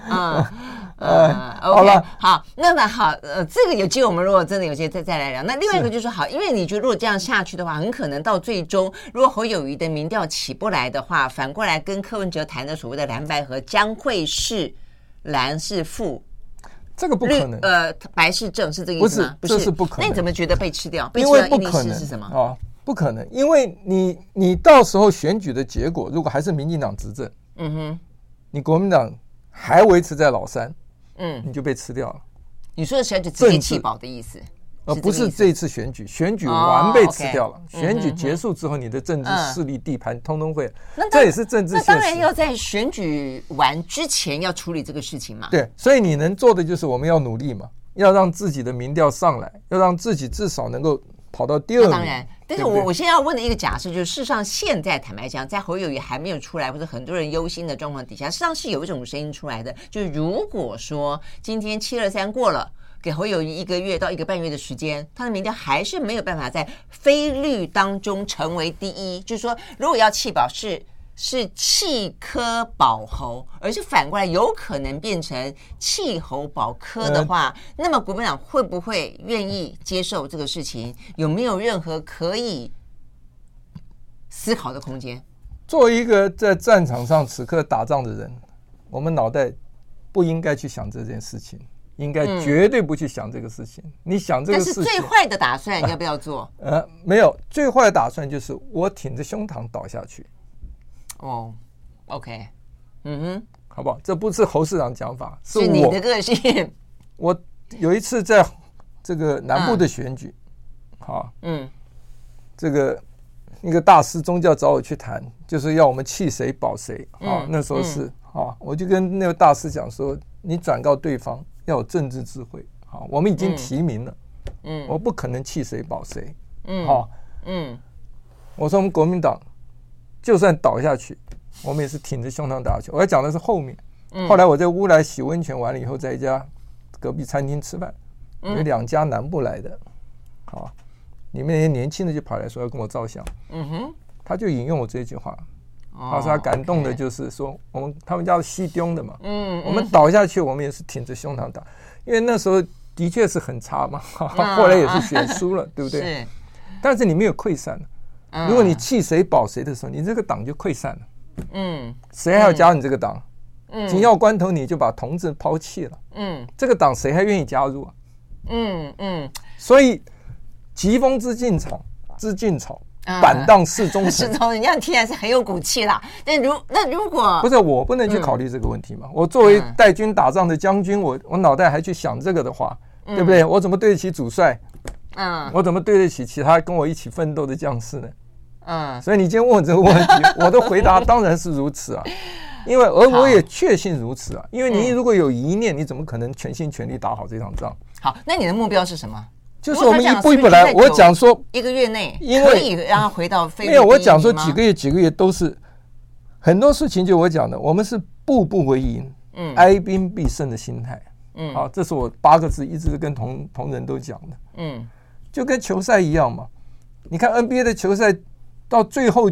好了， 好，那好，这个有机会我们如果真的有机会再来聊。那另外一个就是说，好，因为你觉得如果这样下去的话，很可能到最终，如果侯友宜的民调起不来的话，反过来跟柯文哲谈的所谓的蓝白合将会是蓝是负。 这个不可能， 白是正，是这个意思吗？ 不是，这是不可能。 那你怎么觉得被吃掉？ 因为不可能是什么啊？不可能，因为你到时候选举的结果，如果还是民进党执政，你国民党还维持在老三，你就被吃掉了。 你说的是就直接弃保的意思？ 不是这一次选举，选举完被吃掉了，选举结束之后，你的政治势力地盘通通会，这也是政治现实。 那当然要在选举完之前要处理这个事情嘛。 对，所以你能做的就是我们要努力嘛，要让自己的民调上来，要让自己至少能够跑到第2名。 当然，但是我现在要问的一个假设就是，事实上现在坦白讲，在侯友宜还没有出来或者很多人忧心的状况底下，事实上是有一种声音出来的，就是如果说今天723过了，给侯友宜1个月到1个半月的时间，他的民调还是没有办法在非绿当中成为第一，就是说如果要弃保是弃柯保侯，而是反过来有可能变成弃侯保柯的话，那么国民党会不会愿意接受这个事情？有没有任何可以思考的空间？ 作为一个在战场上此刻打仗的人，我们脑袋不应该去想这件事情，应该绝对不去想这个事情。你想这个事情， 但是最坏的打算要不要做？ 没有，最坏的打算就是我挺着胸膛倒下去。 哦 ，OK， 好不好？这不是侯市长讲法， 是你的个性。 我有一次在这个南部的选举，这个一个大师宗教找我去谈，就是要我们弃谁保谁那时候是我就跟那个大师讲说，你转告对方要有政治智慧我们已经提名了，我不可能弃谁保谁，我说我们国民党就算倒下去，我们也是挺着胸膛倒下去。我要讲的是后面，后来我在乌来洗温泉完了以后，在一家隔壁餐厅吃饭，有2家南部来的，里面那些年轻的就跑来说要跟我照相，他就引用我这句话，他说他感动的就是说他们家是西东的嘛，我们倒下去，我们也是挺着胸膛倒，因为那时候的确是很差嘛，后来也是选输了，对不对？但是你没有溃散了。如果你弃谁保谁的时候，你这个党就溃散了。谁还要加入你这个党？紧要关头你就把同志抛弃了。这个党谁还愿意加入啊？所以疾风知劲草，板荡事中臣。 你这样听起来是很有骨气啦。但如果不是我不能去考虑这个问题嘛？我作为带军打仗的将军，我脑袋还去想这个的话，对不对？我怎么对得起主帅？我怎么对得起其他跟我一起奋斗的将士呢？所以你今天问我这个问题，我的回答当然是如此啊，因为我也确信如此啊，因为你如果有疑念，你怎么可能全心全力打好这场仗？ 好，那你的目标是什么？ 就是我们一步一步来。我讲说 1个月内可以让他回到非绿第一名吗？ 没有，我讲说几个月都是很多事情，就我讲的，我们是步步为营，哀兵必胜的心态。好，这是我8个字一直跟同仁都讲的。就跟球赛一样嘛，你看 NBA 的球赛。到最后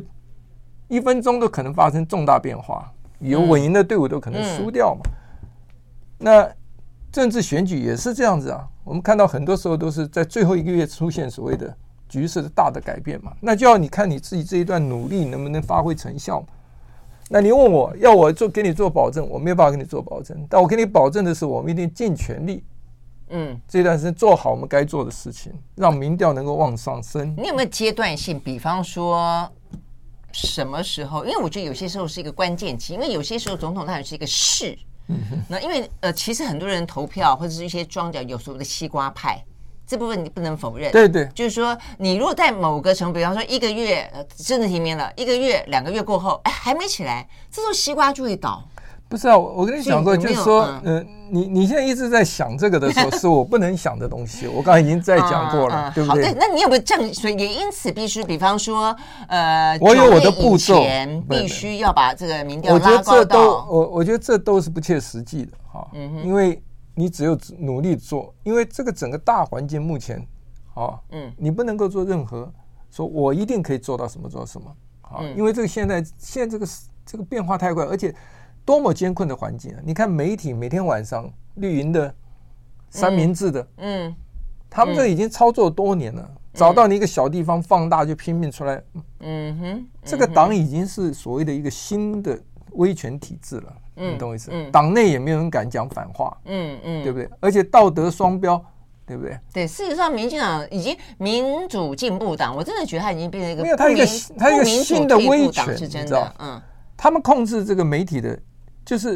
1分钟都可能发生重大变化，有稳赢的队伍都可能输掉嘛。那政治选举也是这样子啊，我们看到很多时候都是在最后1个月出现所谓的局势的大的改变嘛，那就要你看你自己这一段努力能不能发挥成效嘛。那你问我要我给你做保证，我没有办法给你做保证，但我给你保证的是，我们一定尽全力。这段时间做好我们该做的事情，让民调能够往上升。 你有没有阶段性？比方说什么时候？因为我觉得有些时候是一个关键期，因为有些时候总统当然是一个势。那因为其实很多人投票或者是一些庄脚有所谓的西瓜派，这部分你不能否认。 对对， 就是说你如果在某个程度，比方说1个月真的提名了，1个月2个月过后，还没起来，这时候西瓜就会倒。 不是啊，我跟你讲过，就是说，你现在一直在想这个的时候，是我不能想的东西。我刚才已经在讲过了，对不对？ 好，对，那你有没有这样？所以也因此必须，比方说， 我有我的步骤， 必须要把这个民调拉高到。 我觉得这都是不切实际的哈，因为你只有努力做，因为这个整个大环境目前你不能够做任何说我一定可以做到什么做什么因为这个现在这个变化太快，而且。多么艰困的环境啊！你看媒体每天晚上绿营的、三明治的，他们这已经操作多年了，找到你一个小地方放大就拼命出来，这个党已经是所谓的一个新的威权体制了，你懂我意思？党内也没有人敢讲反话，对不对？而且道德双标，对不对？ 对，事实上，民进党已经民主进步党，我真的觉得它已经变成一个没有它一个新的威权， 是真的， 他们控制这个媒体的。就是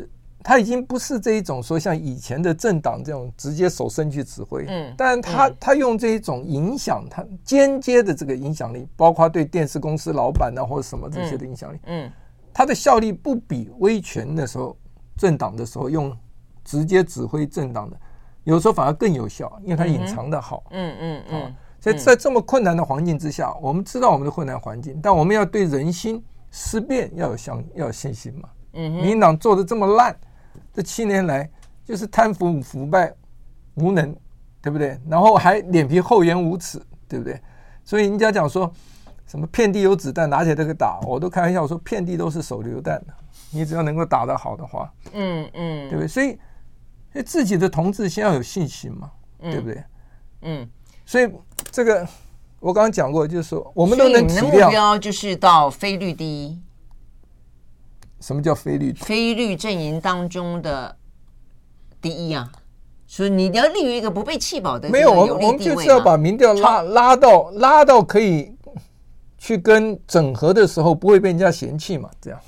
他已经不是这一种说像以前的政党这种直接手伸去指挥，但他用这一种影响，他间接的这个影响力，包括对电视公司老板啊或者什么这些的影响力，他的效力不比威权的时候政党的时候用直接指挥政党的，有时候反而更有效，因为他隐藏的好，所以在这么困难的环境之下，我们知道我们的困难环境，但我们要对人心思变要有信心嘛。民进党做的这么烂，这7年来就是贪腐腐败无能，对不对？然后还脸皮厚颜无耻，对不对？所以人家讲说什么遍地有子弹，拿起来都可以打，我都开玩笑说遍地都是手榴弹的，你只要能够打得好的话，对不对？所以自己的同志先要有信心嘛，对不对？所以这个我刚刚讲过，就是说我们都能体谅。所以你们的目标就是到非绿第一。 什么叫非绿？ 非绿阵营当中的第一啊！所以你要立于一个不被弃保的没有，我们就是要把民调拉到可以去跟整合的时候不会被人家嫌弃嘛，这样。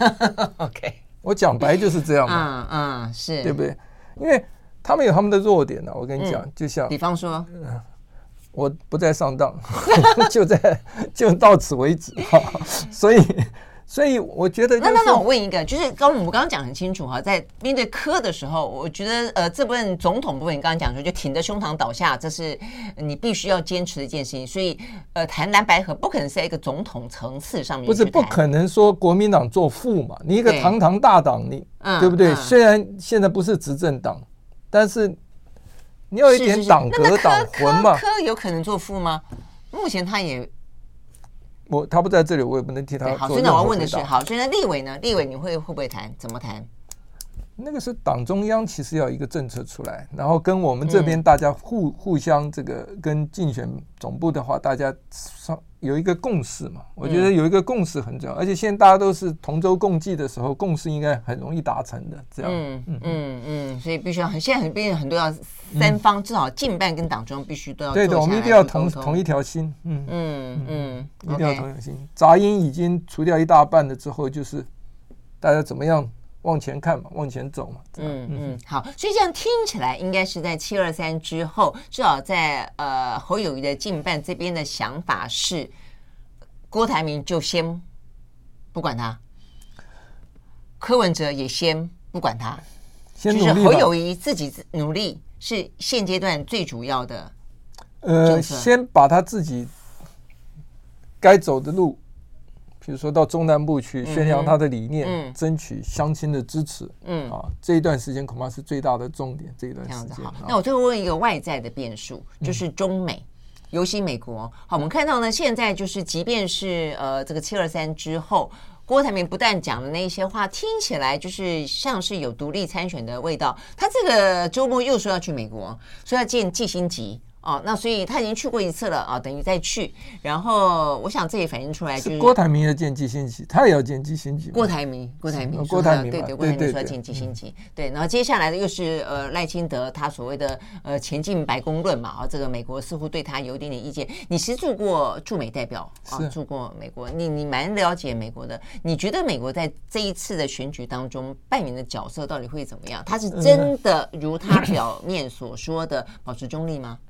OK， 我讲白就是这样嘛， 是对不对？因为他们有他们的弱点呢，我跟你讲，就像比方说， 我不再上当，就到此为止所以我觉得那我问一个，就是我们刚刚讲很清楚哈，在面对柯的时候，我觉得这部分总统部分你刚刚讲说就挺着胸膛倒下，这是你必须要坚持的一件事情。所以谈蓝白合不可能是在一个总统层次上面， 不可能说国民党做副嘛，你一个堂堂大党，你对不对？虽然现在不是执政党，但是你要有一点党格党魂嘛。 柯有可能做副吗？目前他也。 他不在这里，我也不能替他做。 好，所以我要问的是，好，所以那立委呢？立委你会不会谈？怎么谈？ 那个是党中央其实要一个政策出来，然后跟我们这边大家互相这个跟竞选总部的话，大家有一个共识嘛。我觉得有一个共识很重要，而且现在大家都是同舟共济的时候，共识应该很容易达成的。这样， 所以必须要现在变成很多要三方至少近半跟党中央必须都要对的，我们一定要同一条心。一定要同一条心。杂音已经除掉一大半了之后，就是大家怎么样往前看嘛，往前走嘛。 好，所以这样听起来应该是在723之后，至少在侯友宜的近半这边的想法是，郭台铭就先不管他，柯文哲也先不管他，就是侯友宜自己努力是现阶段最主要的政策。 先把他自己该走的路，比如说到中南部去宣扬他的理念，争取乡亲的支持，这一段时间恐怕是最大的重点。这一段时间， 那我最后问一个外在的变数，就是中美，尤其美国。好，我们看到呢，现在就是即便是这个723之后，郭台铭不但讲的那些话听起来就是像是有独立参选的味道，他这个周末又说要去美国，说要见季辛吉。那所以他已经去过一次了啊，等于再去。然后我想这也反映出来，就是郭台铭要见季辛吉，他也要见季辛吉。 郭台铭对，郭台铭说要见季辛吉，对。然后接下来的又是赖清德他所谓的前进白宫论嘛，这个美国似乎对他有一点点意见。你是驻美代表住过美国，你蛮了解美国的。你觉得美国在这一次的选举当中扮演的角色到底会怎么样？他是真的如他表面所说的保持中立吗？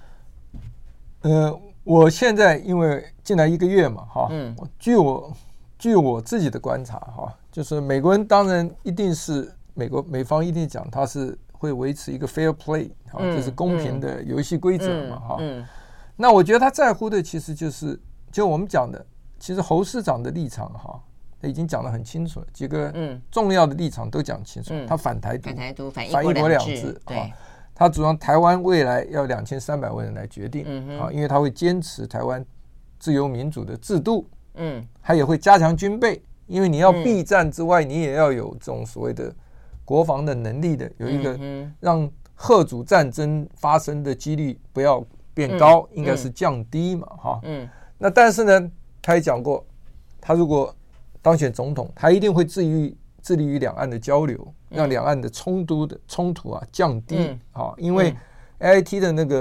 我现在因为进来1个月嘛，据我自己的观察，就是美国人当然一定是美方一定讲他是会维持一个 fair play，就是公平的游戏规则嘛，那我觉得他在乎的其实就我们讲的，其实侯市长的立场他已经讲得很清楚了，几个重要的立场都讲清楚，他反台独，反一国两制，对。他主张台湾未来要2300万人来决定，因为他会坚持台湾自由民主的制度，他也会加强军备，因为你要避战之外，你也要有这种所谓的国防的能力的，有一个让嚇阻战争发生的几率不要变高，应该是降低嘛，那但是呢，他也讲过，他如果当选总统，他一定会致力于两岸的交流，让两岸的冲突降低，因为 AIT 的那个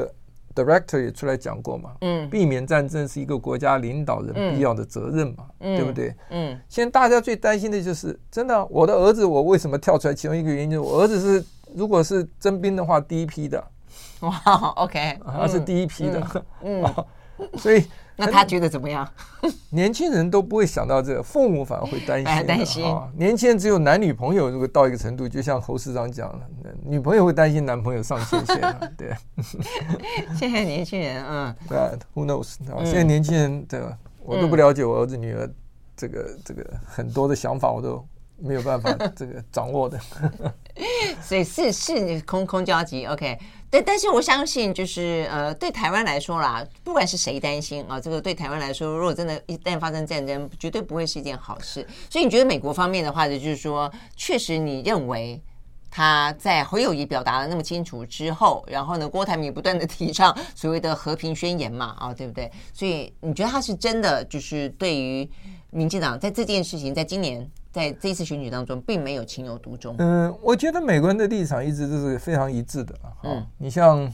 director 也出来讲过嘛，避免战争是一个国家领导人必要的责任嘛，对不对？现在大家最担心的就是真的，我的儿子我为什么跳出来？其中一个原因就是我儿子是如果是征兵的话第一批的， 哇 ，OK， 他是第一批的，所以那他觉得怎么样？ 年轻人都不会想到这个，父母反而会担心。年轻人只有男女朋友，如果到一个程度，就像侯市长讲了，女朋友会担心男朋友上前线，对。 现在年轻人， 对啊 ，Who knows？现在年轻人，对吧？我都不了解我儿子女儿这个很多的想法，我都没有办法这个掌握的。 所以是空交集 ，OK。对，但是我相信，就是对台湾来说啦，不管是谁担心啊，这个对台湾来说，如果真的一旦发生战争，绝对不会是一件好事。所以你觉得美国方面的话，就是说，确实你认为他在侯友宜表达的那么清楚之后，然后呢，郭台铭也不断的提倡所谓的和平宣言嘛，啊，对不对？所以你觉得他是真的就是对于民进党在这件事情，在今年在这一次选举当中，并没有情有独钟。 我觉得美国人的立场一直都是非常一致的。你像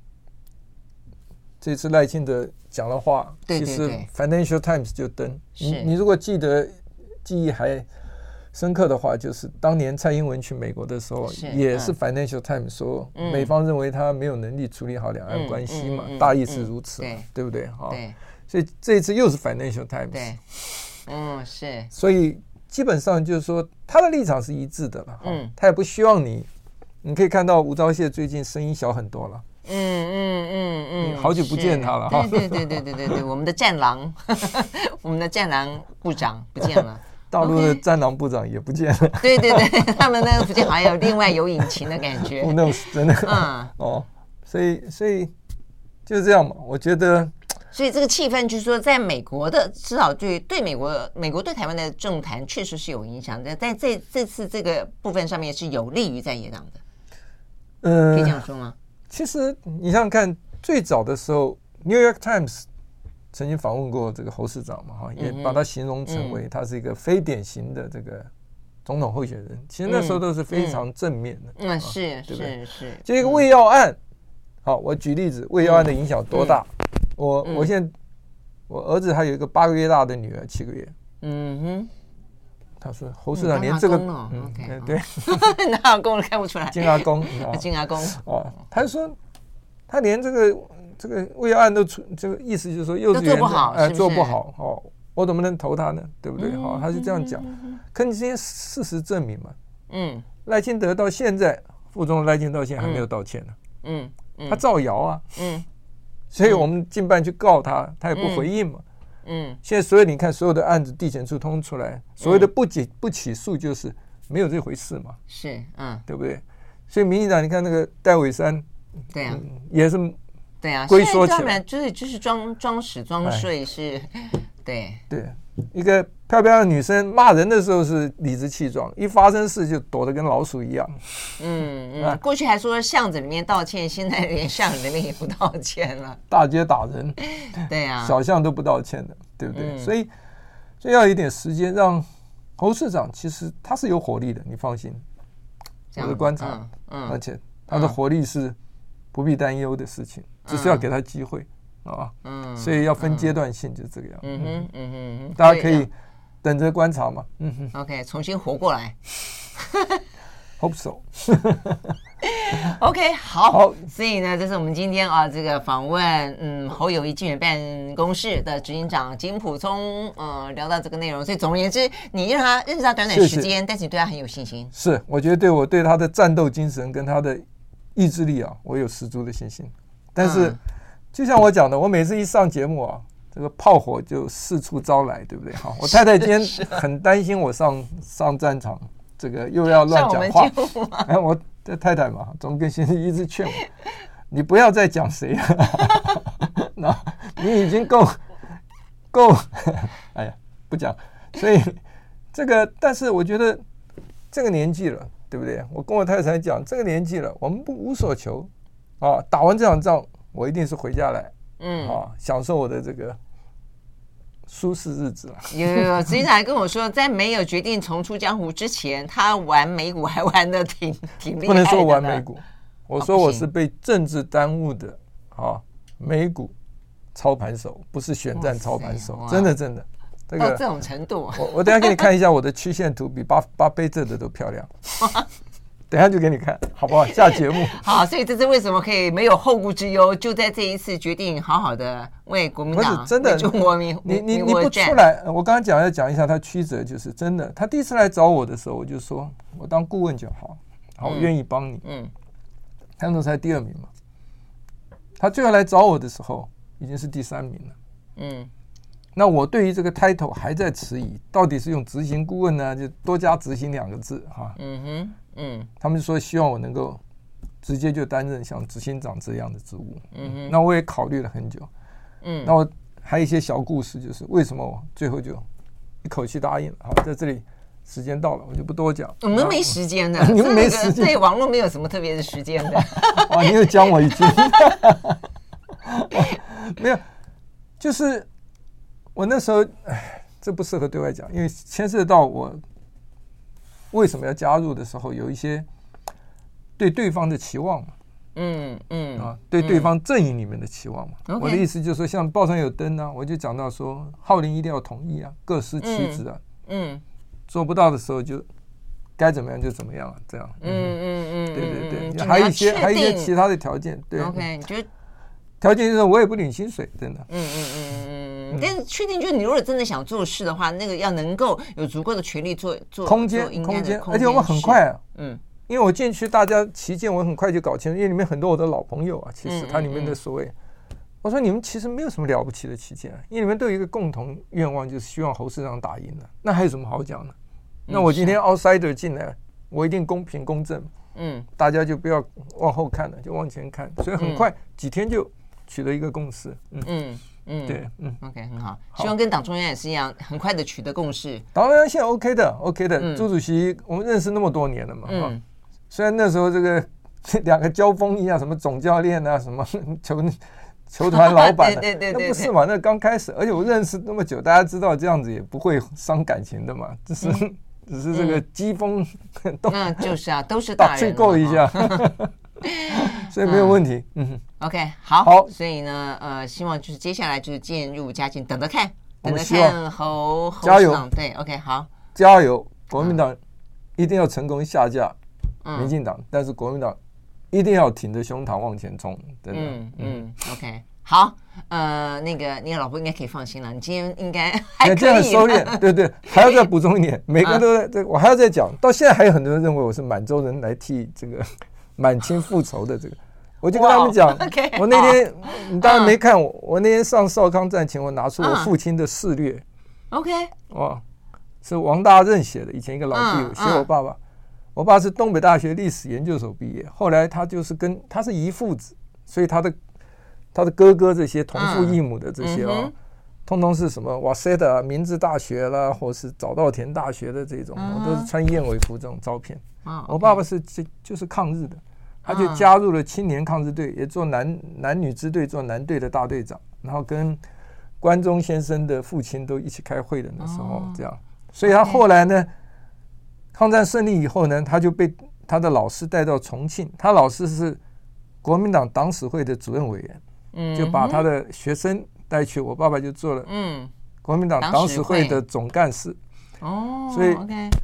这次赖清德讲的话，其实 Financial Times 就登。你如果记忆还深刻的话，就是当年蔡英文去美国的时候，也是 Financial Times 说，美方认为他没有能力处理好两岸关系嘛，大意是如此嘛，对不对？所以这一次又是 Financial Times。 对，是。 所以基本上就是说，他的立场是一致的了。他也不希望你可以看到吴钊燮最近声音小很多了。好久不见他了。 对，我们的战狼，我们的战狼部长不见了。 大陆的战狼部长也不见了。 对，他们那个不见，好像有另外有引擎的感觉。 那真的。所以就是这样嘛。我觉得。 所以这个气氛就是说，在美国的至少对美国对台湾的政坛确实是有影响的，在这次这个部分上面是有利于在野党的。可以这样说吗？ 其实你想想看，最早的时候 ，New York Times 曾经访问过这个侯市长嘛，也把他形容成为他是一个非典型的这个总统候选人。其实那时候都是非常正面的。 是， 对不对？ 是。 就一个卫药案，好，我举例子，卫药案的影响多大？我现在我儿子还有一个8个月大的女儿7个月。他说侯市长连这个对， 哪阿公看不出来？ 金阿公， 金阿公他就说他连这个卫药案都这个意思就是说幼稚园做不好， 做不好我怎么能投他呢？对不对？他就这样讲。可你这些事实证明嘛，赖清德到现在，副总统赖清德到现在还没有道歉呢。他造谣啊。所以我们进办去告他，他也不回应嘛。现在所有你看所有的案子地检处通出来，所谓的不起诉就是没有这回事嘛。 是， 对不对？所以民进党你看那个戴伟山， 对啊， 也是对啊， 龟缩起来， 就是装屎装睡是，对。 一个漂亮的女生骂人的时候是理直气壮，一发生事就躲得跟老鼠一样。 过去还说巷子里面道歉，现在连巷子里面也不道歉了， 大街打人， 对啊， 小巷都不道歉的，对不对？所以要有一点时间，让侯市长其实他是有火力的，你放心，我的观察，而且他的活力是不必担忧的事情，只是要给他机会。所以要分阶段性，就这个样。大家可以等着观察嘛。 OK， 重新活过来。 Hope so 。 OK， 好。所以呢，这是我们今天这个访问侯友宜竞选办公室的执行长金溥聪聊到这个内容。所以总而言之，你认识他短时间，但是你对他很有信心。 是，我觉得我对他的战斗精神跟他的意志力我有十足的信心。但是就像我讲的，我每次一上节目这个炮火就四处招来，对不对？我太太今天很担心我上战场，这个又要乱讲话。我的太太嘛，总跟先生一直劝我，你不要再讲谁了，你已经够，哎呀，不讲。所以这个，但是我觉得这个年纪了，对不对？我跟我太太讲，这个年纪了，我们无所求打完这场仗。我一定是回家来，享受我的这个舒适日子了。 有执行长还跟我说，在没有决定重出江湖之前，他玩美股还玩的挺厉害的。 不能说玩美股，我说我是被政治耽误的美股操盘手，不是选战操盘手，真的。这个到这种程度， 我等一下给你看一下我的曲线图，比巴菲特的都漂亮。等一下就给你看，好不好？下节目。 好，所以这是为什么可以没有后顾之忧，就在这一次决定好好的为国民党、 不是真的为中国民你不出来，我刚刚要讲一下他曲折，就是真的。他第一次来找我的时候，我就说我当顾问就好，我愿意帮你。他那时候才第2名嘛，他最后来找我的时候已经是第3名了。那我对于这个 title 还在迟疑，到底是用执行顾问呢，就多加执行2个字哈。他们就说希望我能够直接就担任像执行长这样的职务。那我也考虑了很久。那我还有一些小故事，就是为什么我最后就一口气答应了。好，在这里时间到了，我就不多讲。 我们没时间的， 你们没时间， 对网络没有什么特别的时间的。 哇，你又讲我一句。没有，就是我那时候，这不适合对外讲，因为牵涉到我为什么要加入的时候，有一些对对方的期望嘛。对对方阵营里面的期望嘛。我的意思就是说，像报上有登啊，我就讲到说，浩林一定要统一啊，各司其职啊。做不到的时候就该怎么样就怎么样啊，这样。对，还有一些其他的条件。对 ，OK， 你觉得条件就是我也不领薪水，真的。 但是确定就是你如果真的想做事的话，那个要能够有足够的权利做空间，而且我们很快啊。因为我进去，大家旗舰我很快就搞清楚，因为里面很多我的老朋友啊，其实它里面的所谓，我说你们其实没有什么了不起的旗舰，因为你们都有一个共同愿望，就是希望侯市长打赢的，那还有什么好讲的？那我今天 outsider 进来，我一定公平公正，大家就不要往后看了，就往前看，所以很快几天就取得一个共识。对 ，OK， 很好，希望跟党中央也是一样，很快的取得共识。 党中央现在 OK 的，朱主席我们认识那么多年了嘛，虽然那时候这个2个交锋一样，什么总教练啊，什么球团老板啊， 对， 那不是嘛？那刚开始，而且我认识那么久，大家知道这样子也不会伤感情的嘛，只是这个机锋都就是啊，都是大人， 去够一下。所以没有问题。 OK， 好，所以呢，希望就是接下来就是渐入佳境，等着看侯加油。 对 ，OK， 好， 加油！国民党一定要成功下架民进党，但是国民党一定要挺着胸膛往前冲，真的。 OK， 好，那个你的老婆应该可以放心了，你今天应该还可以。 这样很收敛，对，还要再补充一点，每个人都我还要再讲，到现在还有很多人认为我是满洲人来替这个满清复仇的这个。我就跟他们讲，我那天你当然没看我那天上少康战前，我拿出我父亲的事略。 OK， 哇，是王大任写的，以前一个老笔友写我爸爸。我爸是东北大学历史研究所毕业，后来他就是他是遗父子，所以他的哥哥这些同父异母的这些通通是什么瓦塞的明治大学啦，或是早稻田大学的这种，都是穿燕尾服这种照片。我爸爸是就是抗日的。他就加入了青年抗日队，也做男女支队，做男队的大队长，然后跟关中先生的父亲都一起开会的那时候，这样，所以他后来呢，抗战胜利以后呢，他就被他的老师带到重庆，他老师是国民党党史会的主任委员，就把他的学生带去，我爸爸就做了国民党党史会的总干事，所以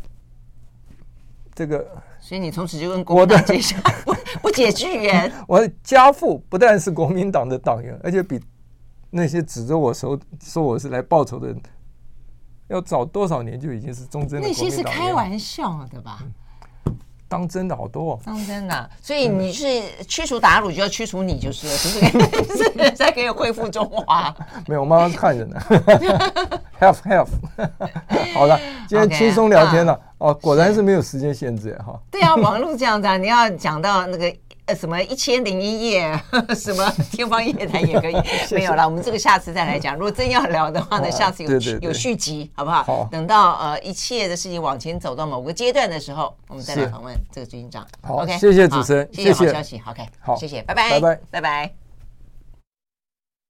这个。 所以你从此就跟国民党结下不解之缘。 我的家父不但是国民党的党员，而且比那些指着我说我是来报仇的人，要早多少年就已经是忠贞的国民党员。 那些是开玩笑的吧？ 当真的好多当真的，所以你是驱除鞑虏就要驱除你就是了，是才可以恢复中华。 没有，我妈妈是汉人的。Help 好了，今天轻松聊天了果然是没有时间限制哈。 对啊，网络这样子你要讲到那个什么1001夜，什么天方夜谭也可以。没有了，我们这个下次再来讲。如果真要聊的话呢，下次有续集，好不好？ 好， 等到一切的事情往前走到某个阶段的时候，我们再来访问这个执行长。 好，谢谢主持人， 谢谢好消息。OK， 好， 谢谢，拜拜， 拜拜。